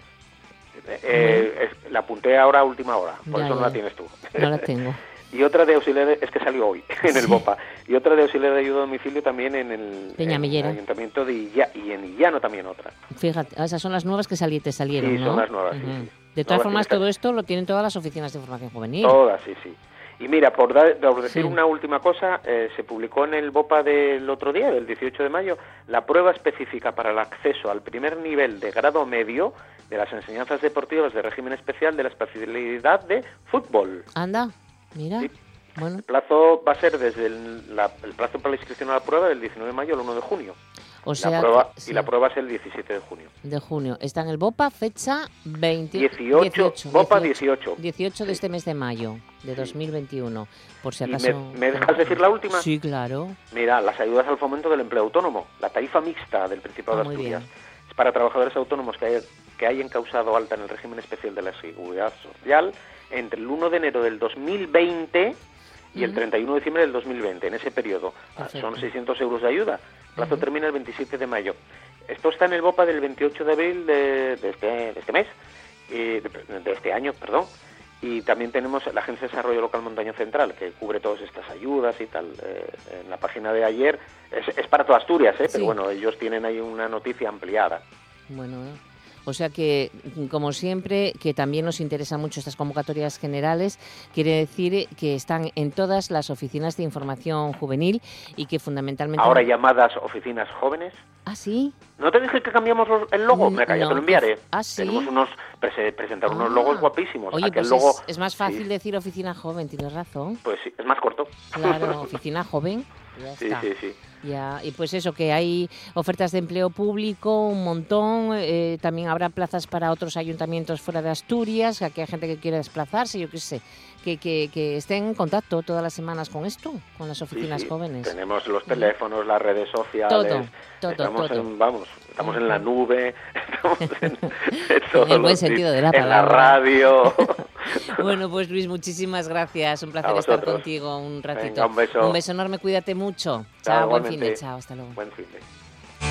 Eh, es- la apunté ahora a última hora, por Ya, eso no ya. la tienes tú. no la tengo. Y otra de auxiliar, de- es que salió hoy, en el Sí. BOPA. Y otra de auxiliar de ayuda a domicilio también en el, Peñamillera. en el Ayuntamiento de Illa, y en Illano también otra. Fíjate, esas son las nuevas que sali- te salieron, Sí, ¿no? son las nuevas, sí, Ujú. sí. De todas Nuevas formas, que me todo esto lo tienen todas las oficinas de formación juvenil. Todas, sí, sí. Y mira, por, dar- por decir Sí. una última cosa, eh, se publicó en el BOPA del otro día, del dieciocho de mayo, la prueba específica para el acceso al primer nivel de grado medio de las enseñanzas deportivas de régimen especial de la especialidad de fútbol. Anda, mira. Sí. Bueno, El plazo va a ser desde el, la- el plazo para la inscripción a la prueba del diecinueve de mayo al uno de junio. o sea, la prueba, que- sí, Y la prueba es el diecisiete de junio. de junio. Está en el BOPA, fecha veinte, dieciocho, BOPA dieciocho. dieciocho de este mes de mayo de dos mil veintiuno. Por si ¿Y acaso. me, me dejas decir la última? Sí, claro. Mira, las ayudas al fomento del empleo autónomo, la tarifa mixta del Principado Ah, de muy Asturias. bien. Es para trabajadores autónomos que, hay- que hayan causado alta en el régimen especial de la seguridad social entre el uno de enero del dos mil veinte y el Ujú. treinta y uno de diciembre del dos mil veinte, en ese periodo. Ah, Perfecto. Son seiscientos euros de ayuda. El plazo Ujú. termina el veintisiete de mayo. Esto está en el BOPA del veintiocho de abril de, de, este, de este mes, eh, de, de este año, perdón. Y también tenemos la Agencia de Desarrollo Local Montaño Central, que cubre todas estas ayudas y tal. Eh, en la página de ayer, es, es para toda Asturias, ¿eh? Sí. Pero bueno, ellos tienen ahí una noticia ampliada. Bueno, ¿eh? O sea que, como siempre, que también nos interesan mucho estas convocatorias generales, quiere decir que están en todas las oficinas de información juvenil y que fundamentalmente... Ahora llamadas oficinas jóvenes. ¿Ah, sí? ¿No te dije que cambiamos los- el logo? Mm, Me calla, no. te lo enviaré. ¿Ah, sí? Tenemos unos, prese- presentar unos Ah. logos guapísimos. Oye, Aquel pues logo, es, es más fácil sí, decir oficina joven, tienes razón. pues sí, es más corto. Claro, oficina joven, ya Sí, está. sí, sí. Ya, y pues eso, que hay ofertas de empleo público, un montón, eh, también habrá plazas para otros ayuntamientos fuera de Asturias, que aquí hay gente que quiere desplazarse, yo qué sé, que, que, que estén en contacto todas las semanas con esto, con las Sí, oficinas sí. jóvenes. Tenemos los teléfonos, las redes sociales. Todo, todo, estamos todo. En, vamos, estamos en la nube, estamos en, en todos En el buen los sentido de la sitios, en la palabra. radio. Bueno, pues Luis, muchísimas gracias, un A placer estar vosotros. contigo un ratito. Venga, un beso. Un beso enorme, cuídate mucho. Chao, Chao, buen fin de, igualmente. chao, hasta luego. Buen fin de.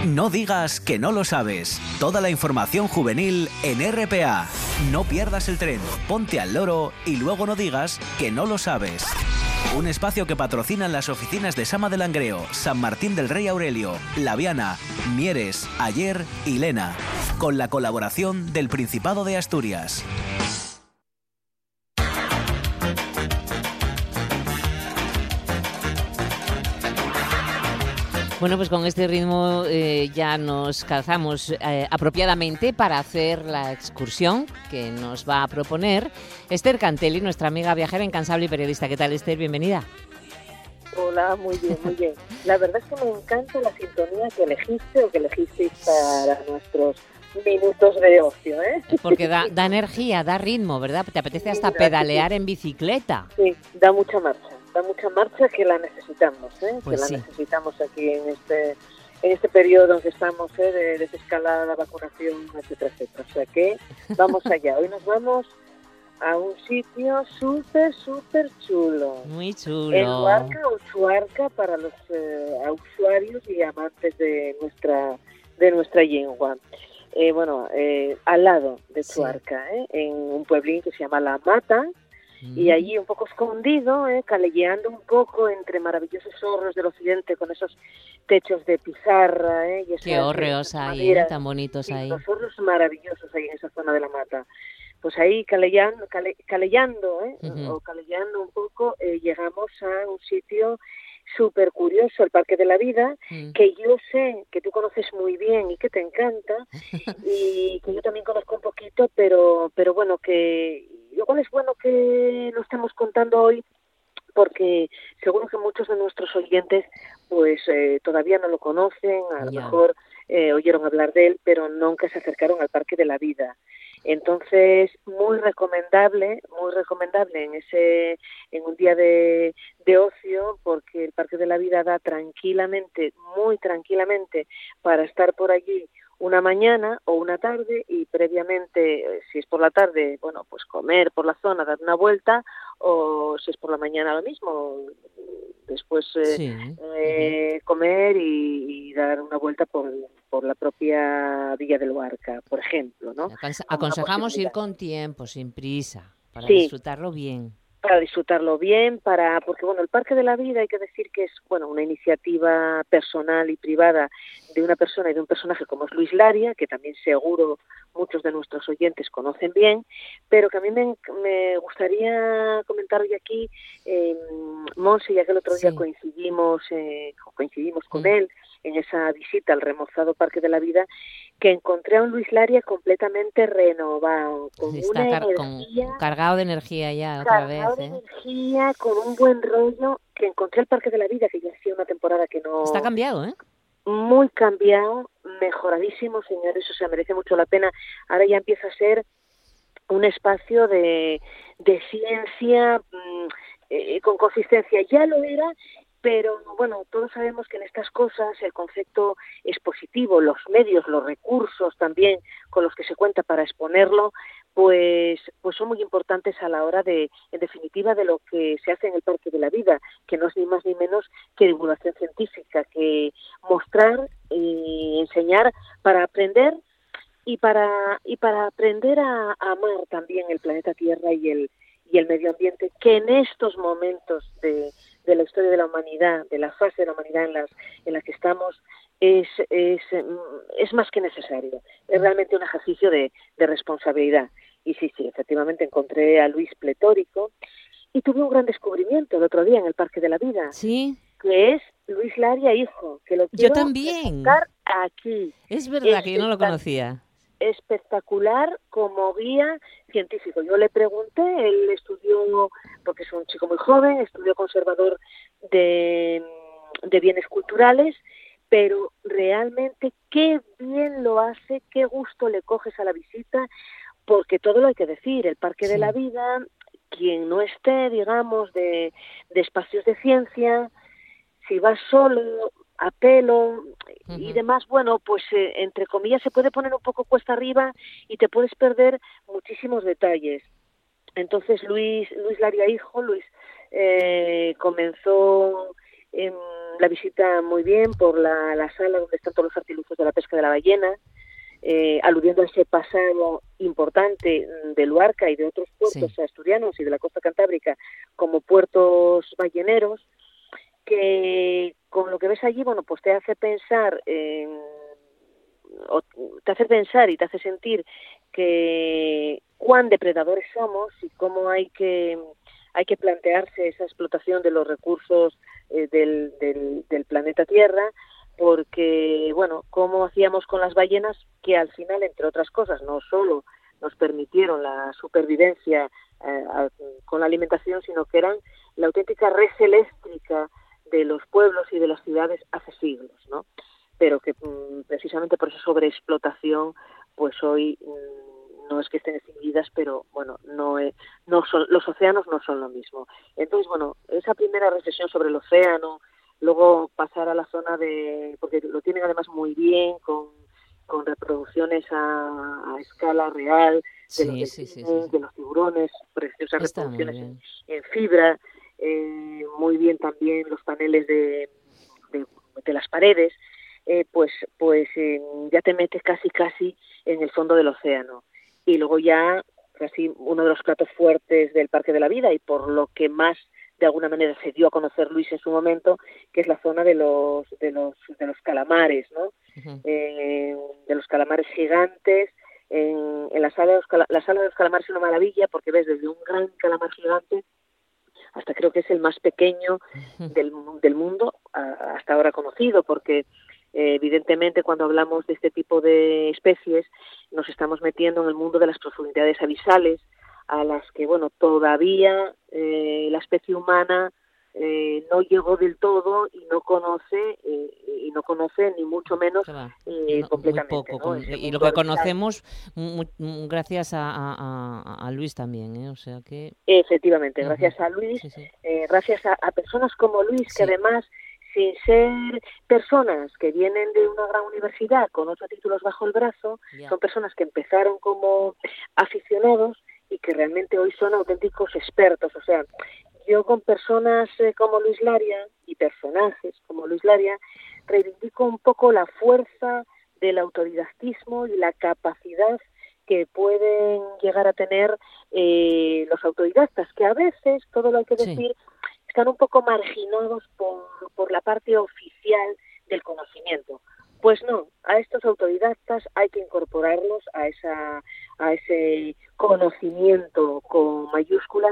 No digas que no lo sabes. Toda la información juvenil en R P A. No pierdas el tren, ponte al loro y luego no digas que no lo sabes. Un espacio que patrocinan las oficinas de Sama de Langreo, San Martín del Rey Aurelio, Laviana, Mieres, Ayer y Lena, con la colaboración del Principado de Asturias. Bueno, pues con este ritmo eh, ya nos calzamos eh, apropiadamente para hacer la excursión que nos va a proponer Esther Cantelli, nuestra amiga viajera incansable y periodista. ¿Qué tal, Esther? Bienvenida. Hola, muy bien, muy bien. La verdad es que me encanta la sintonía que elegiste o que elegisteis para nuestros minutos de ocio, ¿eh? Porque da, da energía, da ritmo, ¿verdad? Te apetece hasta pedalear en bicicleta. Sí, da mucha marcha. Da mucha marcha que la necesitamos, ¿eh? Pues que sí. la necesitamos aquí en este en este periodo en que estamos, ¿eh? de desescalada, vacunación, etcétera, etcétera. O sea que vamos allá. Hoy nos vamos a un sitio súper, súper chulo. Muy chulo. En Chuarca o Chuarca para los eh, usuarios y amantes de nuestra de nuestra lengua. Eh, bueno, eh, al lado de Chuarca, sí. ¿eh? En un pueblín que se llama La Mata. Y allí un poco escondido, eh, callejeando un poco entre maravillosos horros del occidente con esos techos de pizarra. Eh, y esas, Qué hórreos esas hay, maderas, eh, tan bonitos sí, ahí. Los horros maravillosos ahí en esa zona de La Mata. Pues ahí calellando, cale, calellando eh, uh-huh. o calellando un poco, eh, llegamos a un sitio súper curioso, el Parque de la Vida, mm. que yo sé que tú conoces muy bien y que te encanta, y que yo también conozco un poquito, pero pero bueno, que igual es bueno que lo estemos contando hoy, porque seguro que muchos de nuestros oyentes pues eh, todavía no lo conocen, a lo yeah. mejor eh, oyeron hablar de él, pero nunca se acercaron al Parque de la Vida. Entonces, muy recomendable, muy recomendable en ese en un día de, de ocio, porque el Parque de la Vida da tranquilamente, muy tranquilamente, para estar por allí una mañana o una tarde y previamente, si es por la tarde, bueno, pues comer por la zona, dar una vuelta, o si es por la mañana lo mismo, después eh, sí. eh, uh-huh. comer y, y dar una vuelta por, por la propia Villa del Luarca, por ejemplo, ¿no? Aconse- aconsejamos ir con tiempo, sin prisa, para sí. disfrutarlo bien. Para disfrutarlo bien, para porque bueno, el Parque de la Vida hay que decir que es bueno una iniciativa personal y privada de una persona y de un personaje como es Luis Laria, que también seguro muchos de nuestros oyentes conocen bien, pero que a mí me, me gustaría comentar hoy aquí, eh, Monse, ya que el otro día sí. coincidimos eh, coincidimos con sí. él en esa visita al remozado Parque de la Vida, que encontré a un Luis Laria completamente renovado, con Está una car- energía, con, cargado de energía ya otra vez, cargado de ¿eh? energía, con un buen rollo, que encontré el Parque de la Vida, que ya hacía una temporada que no... Está cambiado, ¿eh? Muy cambiado, mejoradísimo, señores, o sea, merece mucho la pena. Ahora ya empieza a ser un espacio de, de ciencia mmm, eh, con consistencia. Ya lo era, pero bueno, todos sabemos que en estas cosas el concepto es positivo, los medios, los recursos también con los que se cuenta para exponerlo, pues pues son muy importantes a la hora de, en definitiva, de lo que se hace en el Parque de la Vida, que no es ni más ni menos que divulgación científica, que mostrar y enseñar para aprender y para y para aprender a, a amar también el planeta Tierra y el y el medio ambiente, que en estos momentos de, de la historia de la humanidad, de la fase de la humanidad en las en la que estamos, es es es más que necesario. Es realmente un ejercicio de, de responsabilidad. Y sí, sí, efectivamente encontré a Luis pletórico y tuve un gran descubrimiento el otro día en el Parque de la Vida. Sí. Que es Luis Laria hijo, que lo quiero yo también aquí. Es verdad que yo no lo conocía. Espectacular como guía científico. Yo le pregunté, él estudió, porque es un chico muy joven, estudió conservador de, de bienes culturales, pero realmente qué bien lo hace, qué gusto le coges a la visita, porque todo lo hay que decir, el Parque sí. de la Vida, quien no esté, digamos, de, de espacios de ciencia, si vas solo, a pelo uh-huh. y demás, bueno, pues eh, entre comillas se puede poner un poco cuesta arriba y te puedes perder muchísimos detalles. Entonces Luis Luis Laria hijo, Luis eh, comenzó eh, la visita muy bien por la, la sala donde están todos los artilugios de la pesca de la ballena, eh, aludiendo a ese pasado importante de Luarca y de otros puertos sí. asturianos y de la costa cantábrica como puertos balleneros, que con lo que ves allí, bueno, pues te hace pensar en, o te hace pensar y te hace sentir que cuán depredadores somos y cómo hay que hay que plantearse esa explotación de los recursos eh, del, del, del planeta Tierra, porque, bueno, cómo hacíamos con las ballenas, que al final, entre otras cosas, no solo nos permitieron la supervivencia eh, a, con la alimentación, sino que eran la auténtica red eléctrica de los pueblos y de las ciudades hace siglos, ¿no? Pero que mm, precisamente por esa sobreexplotación, pues hoy mm, no es que estén extinguidas, pero bueno, no, es, no son, los océanos no son lo mismo. Entonces, bueno, esa primera reflexión sobre el océano, luego pasar a la zona de, porque lo tienen además muy bien, con, con reproducciones a, a escala real, de, sí, los, sí, sí, sí, sí. de los tiburones, preciosas Está reproducciones en, en fibra, eh, muy bien también los paneles de, de, de las paredes, eh, pues, pues eh, ya te metes casi casi en el fondo del océano. Y luego ya, casi uno de los platos fuertes del Parque de la Vida, y por lo que más de alguna manera se dio a conocer Luis en su momento, que es la zona de los de los de los calamares, ¿no? Uh-huh. Eh, de los calamares gigantes. En, en la sala de los cala, la sala de los calamares es una maravilla, porque ves desde un gran calamar gigante hasta creo que es el más pequeño uh-huh. del, del mundo a, hasta ahora conocido, porque Eh, evidentemente, cuando hablamos de este tipo de especies, nos estamos metiendo en el mundo de las profundidades abisales, a las que, bueno, todavía eh, la especie humana eh, no llegó del todo y no conoce, eh, y no conoce ni mucho menos eh, no, completamente. Muy poco, ¿no? con, y lo que conocemos muy, muy, gracias a, a, a Luis también, ¿eh? O sea que... Efectivamente, gracias uh-huh. a Luis, sí, sí. Eh, gracias a, a personas como Luis, sí. que además, sin ser personas que vienen de una gran universidad con ocho títulos bajo el brazo, yeah. son personas que empezaron como aficionados y que realmente hoy son auténticos expertos. O sea, yo con personas eh, como Luis Laria y personajes como Luis Laria reivindico un poco la fuerza del autodidactismo y la capacidad que pueden llegar a tener eh, los autodidactas, que a veces, todo lo hay que decir, sí. están un poco marginados por, por la parte oficial del conocimiento. Pues no, a estos autodidactas hay que incorporarlos a esa a ese conocimiento con mayúsculas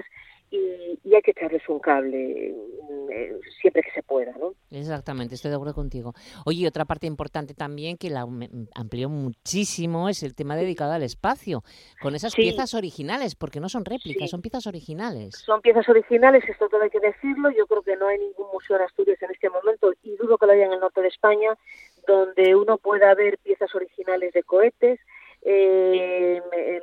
y, y hay que echarles un cable eh, siempre que se pueda, ¿no? Exactamente, estoy de acuerdo contigo. Oye, otra parte importante también que la amplió muchísimo es el tema dedicado al espacio, con esas sí. piezas originales, porque no son réplicas, sí. son piezas originales. Son piezas originales, esto todo hay que decirlo. Yo creo que no hay ningún museo en Asturias en este momento, y dudo que lo haya en el norte de España, donde uno pueda ver piezas originales de cohetes, eh,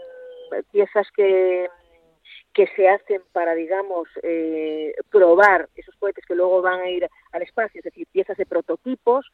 piezas que... que se hacen para, digamos, eh, probar esos cohetes que luego van a ir al espacio, es decir, piezas de prototipos,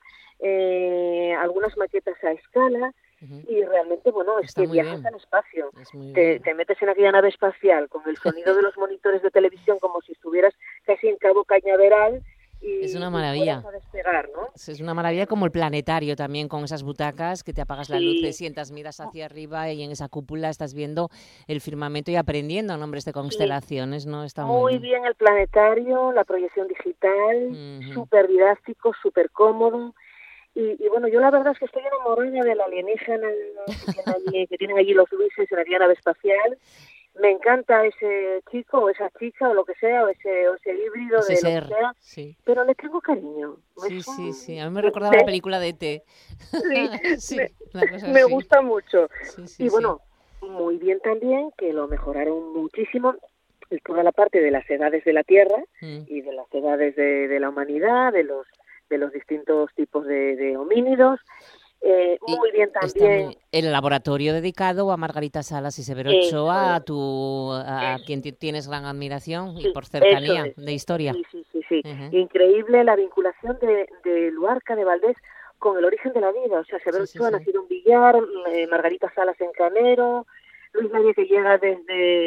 eh, algunas maquetas a escala, uh-huh. y realmente, bueno, es Está que viajas bien. al espacio, te, te metes en aquella nave espacial con el sonido de los monitores de televisión como si estuvieras casi en Cabo Cañaveral, y es una maravilla. A despegar, ¿no? Es una maravilla, como el planetario también, con esas butacas que te apagas sí. las luces, sientas, miras hacia arriba y en esa cúpula estás viendo el firmamento y aprendiendo nombres de constelaciones, sí. ¿no? Está muy, muy bien. bien el planetario, la proyección digital, uh-huh. súper didáctico, súper cómodo. Y, y bueno, yo la verdad es que estoy enamorada del alienígena que tienen allí, que tienen allí los Luises en la nave espacial. Me encanta ese chico o esa chica o lo que sea, o ese, o ese híbrido ese de ser, lo que sea, sí. pero le tengo cariño. Sí, un... sí, sí. A mí me recordaba la película de E T Sí, sí me, me gusta mucho. Sí, sí, y bueno, sí. muy bien también que lo mejoraron muchísimo toda la parte de las edades de la Tierra mm. y de las edades de, de la humanidad, de los de los distintos tipos de, de homínidos. Eh, muy bien también el laboratorio dedicado a Margarita Salas y Severo Ochoa, a tu a, a quien t- tienes gran admiración sí, y por cercanía es. de historia. Sí, sí, sí, sí. Uh-huh. Increíble la vinculación de, de Luarca de Valdés con el origen de la vida. O sea, Severo sí, Ochoa sí, sí. nacido en Villar, eh, Margarita Salas en Canero, Luis Laria que llega desde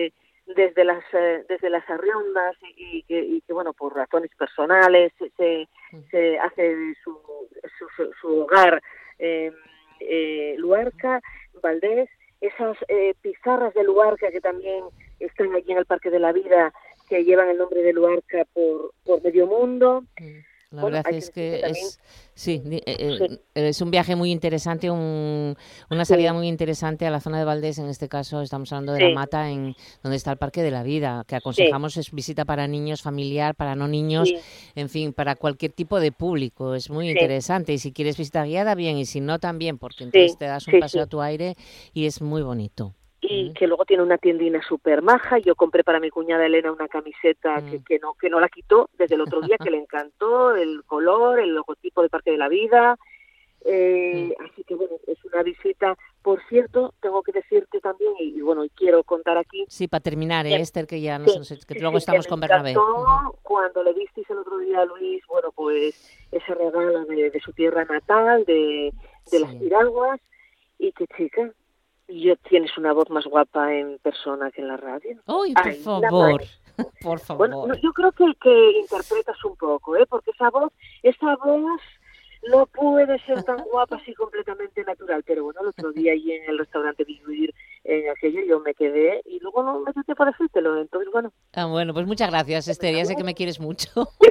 desde las eh, desde las arriondas y, y, que, y que, bueno, por razones personales se, se, se hace su, su, su hogar eh, eh, Luarca, Valdés, esas eh, pizarras de Luarca que también están allí en el Parque de la Vida, que llevan el nombre de Luarca por, por medio mundo. La bueno, verdad es que, que es, sí, eh, sí. es un viaje muy interesante, un, una salida sí. muy interesante a la zona de Valdés. En este caso estamos hablando de sí. La Mata, en donde está el Parque de la Vida, que aconsejamos sí. es visita para niños, familiar, para no niños, sí. en fin, para cualquier tipo de público. Es muy sí. interesante, y si quieres visita guiada, bien, y si no, también, porque entonces sí. te das un sí, paseo sí. a tu aire y es muy bonito. Y mm. que luego tiene una tiendina súper maja. Yo compré para mi cuñada Elena una camiseta mm. que, que no que no la quitó desde el otro día, que le encantó, el color, el logotipo de Parque de la Vida. Eh, mm. Así que bueno, es una visita. Por cierto, tengo que decirte también, y, y bueno, y quiero contar aquí... Sí, para terminar, ¿eh, Esther? Que ya nos, sí, que luego sí, estamos que con Bernabé. Uh-huh. Cuando le visteis el otro día a Luis, bueno, pues ese regalo de, de su tierra natal, de, de sí. las piraguas, y que chica... Yo tienes una voz más guapa en persona que en la radio. ¡Uy, por Ay, favor! Por favor. Bueno, no, yo creo que, que interpretas un poco, ¿eh? Porque esa voz, esa voz no puede ser tan guapa así completamente natural. Pero bueno, el otro día allí en el restaurante Vivir, en aquello, yo me quedé y luego no me dio tiempo de decírtelo. Entonces, bueno. Ah, bueno, pues muchas gracias, Esther. Ya sé que me quieres mucho.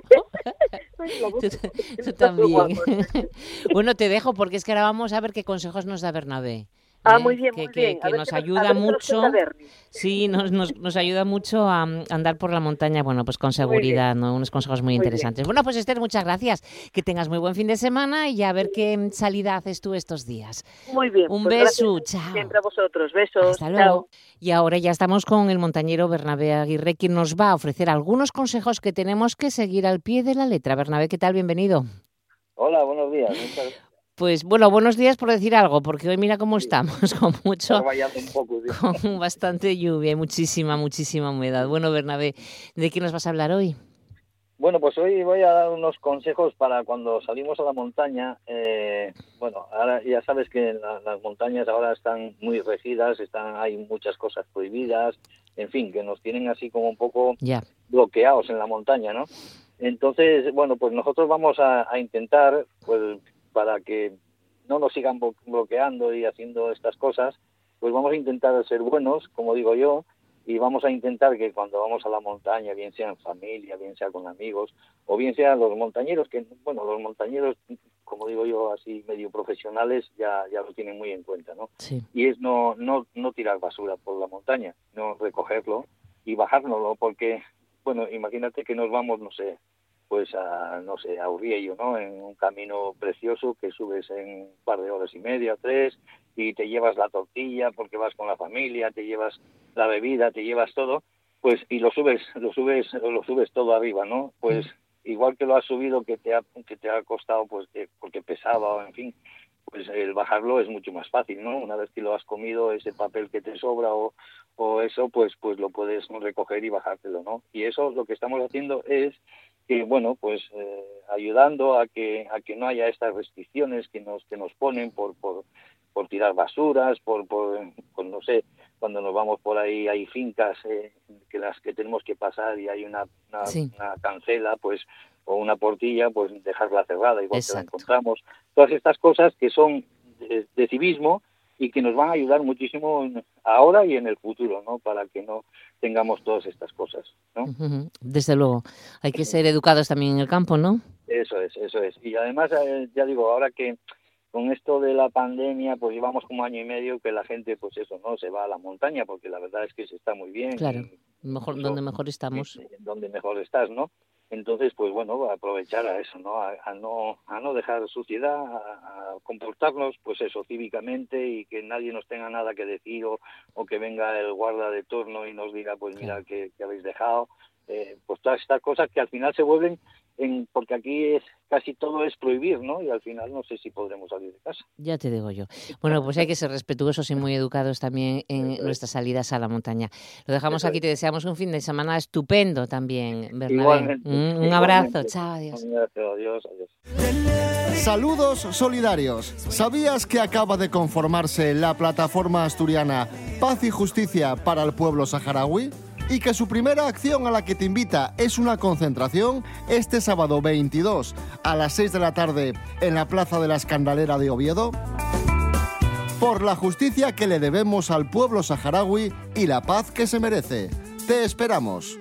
tú, tú también. Bueno, te dejo porque es que ahora vamos a ver qué consejos nos da Bernabé. Ah, muy bien, que, muy bien. Que, que nos ayuda mucho, sí, nos, nos, nos ayuda mucho a andar por la montaña, bueno, pues con seguridad, ¿no? Unos consejos muy, muy interesantes. Bien. Bueno, pues Esther, muchas gracias. Que tengas muy buen fin de semana y a ver qué salida haces tú estos días. Muy bien. Un pues beso, gracias. Chao. Siempre a vosotros, besos. Hasta luego. Chao. Y ahora ya estamos con el montañero Bernabé Aguirre, quien nos va a ofrecer algunos consejos que tenemos que seguir al pie de la letra. Bernabé, ¿qué tal? Bienvenido. Hola, buenos días. Muchas gracias. Pues bueno, buenos días por decir algo, porque hoy mira cómo estamos, con mucho, un poco, ¿sí? con bastante lluvia y muchísima, muchísima humedad. Bueno, Bernabé, ¿de qué nos vas a hablar hoy? Bueno, pues hoy voy a dar unos consejos para cuando salimos a la montaña. Eh, bueno, ahora ya sabes que la, las montañas ahora están muy regidas, están hay muchas cosas prohibidas, en fin, que nos tienen así como un poco yeah. bloqueados en la montaña, ¿no? Entonces, bueno, pues nosotros vamos a, a intentar, pues para que no nos sigan bloqueando y haciendo estas cosas, pues vamos a intentar ser buenos, como digo yo, y vamos a intentar que cuando vamos a la montaña, bien sea en familia, bien sea con amigos, o bien sea los montañeros, que bueno, los montañeros, como digo yo, así medio profesionales, ya ya lo tienen muy en cuenta, ¿no? Sí. Y es no no no tirar basura por la montaña, no recogerlo y bajárnoslo, porque, bueno, imagínate que nos vamos, no sé, pues a, no sé, a Urriello, ¿no? En un camino precioso que subes en un par de horas y media, tres, y te llevas la tortilla porque vas con la familia, te llevas la bebida, te llevas todo, pues, y lo subes, lo subes, lo subes todo arriba, ¿no? Pues, igual que lo has subido, que te ha, que te ha costado, pues, que, porque pesaba, o en fin, pues el bajarlo es mucho más fácil, ¿no? Una vez que lo has comido, ese papel que te sobra o, o eso, pues, pues lo puedes recoger y bajártelo, ¿no? Y eso lo que estamos haciendo es que, bueno, pues eh, ayudando a que a que no haya estas restricciones que nos que nos ponen por por, por tirar basuras, por, por por no sé, cuando nos vamos por ahí hay fincas eh, que las que tenemos que pasar y hay una una, sí. una cancela, pues, o una portilla, pues dejarla cerrada igual Exacto. que la encontramos. Todas estas cosas que son de, de civismo y que nos van a ayudar muchísimo ahora y en el futuro, ¿no? Para que no tengamos todas estas cosas, ¿no? Desde luego. Hay que ser educados también en el campo, ¿no? Eso es, eso es. Y además, eh, ya digo, ahora que con esto de la pandemia, pues llevamos como año y medio que la gente, pues eso, ¿no? Se va a la montaña, porque la verdad es que se está muy bien. Claro, y, mejor, eso, donde mejor estamos. Donde mejor estás, ¿no? Entonces, pues bueno, aprovechar a eso, ¿no? A, a no a no dejar suciedad, a, a comportarnos, pues eso, cívicamente y que nadie nos tenga nada que decir o, o que venga el guarda de turno y nos diga, pues mira, que, que habéis dejado. Eh, pues todas estas cosas que al final se vuelven, en porque aquí es casi todo es prohibir, ¿no? Y al final no sé si podremos salir de casa. Ya te digo yo. Bueno, pues hay que ser respetuosos y muy educados también en Eso nuestras es. salidas a la montaña. Lo dejamos Eso aquí, es. Te deseamos un fin de semana estupendo también, Bernabé. Igualmente. Un, un Igualmente. abrazo, chao, adiós. Adiós, adiós. Saludos solidarios. ¿Sabías que acaba de conformarse la plataforma asturiana Paz y Justicia para el Pueblo Saharaui? y que su primera acción a la que te invita es una concentración este sábado veintidós a las seis de la tarde en la Plaza de la Escandalera de Oviedo? Por la justicia que le debemos al pueblo saharaui y la paz que se merece. Te esperamos.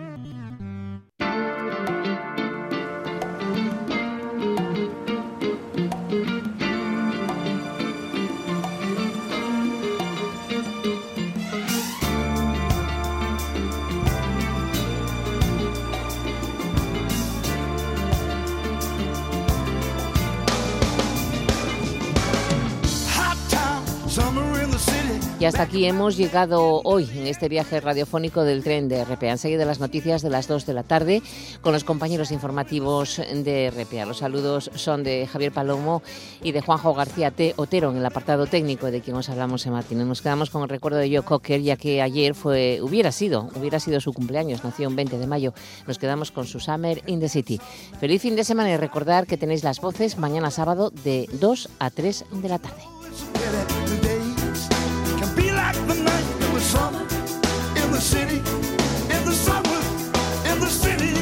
Y hasta aquí hemos llegado hoy en este viaje radiofónico del tren de R P A. Han seguido las noticias de las dos de la tarde con los compañeros informativos de R P A. Los saludos son de Javier Palomo y de Juanjo García T. Otero en el apartado técnico, de quien os hablamos en Martínez. Nos quedamos con el recuerdo de Joe Cocker, ya que ayer fue, hubiera sido, hubiera sido su cumpleaños, nació un veinte de mayo. Nos quedamos con su Summer in the City. Feliz fin de semana y recordar que tenéis las voces mañana sábado de dos a tres de la tarde. The night in the summer, in the city, in the summer, in the city.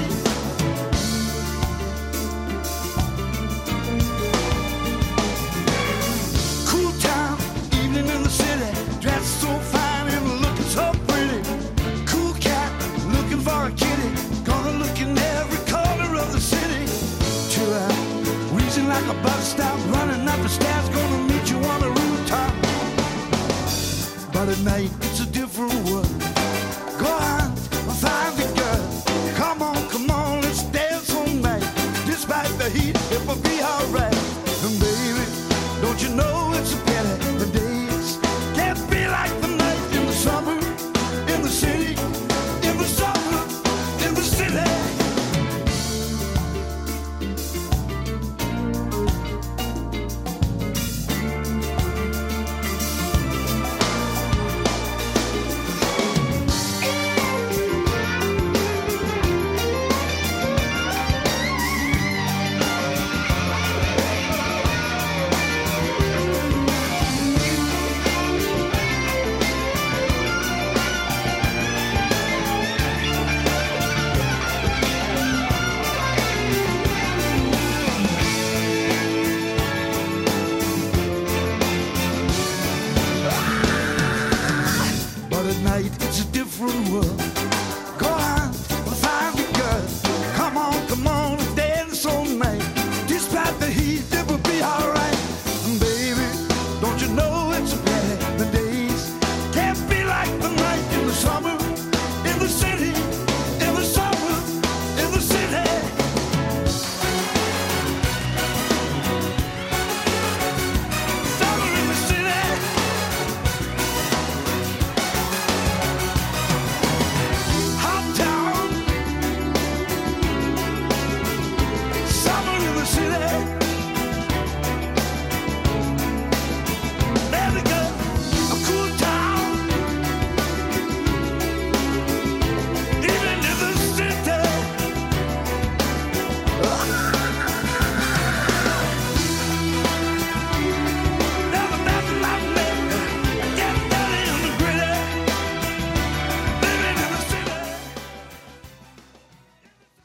Cool town, evening in the city, dressed so fine and looking so pretty. Cool cat, looking for a kitty, gonna look in every corner of the city. Till I'm reaching like a bus stop, running up the stairs, gonna meet you on the rooftop. But at night, it's a different world. Go on, find the girl. Come on, come on, let's dance all night. Despite the heat, it will be alright. And baby, don't you know it's a pity the days can't be like the night in the summer, in the city, in the summer, in the city. It's a different world. Go on.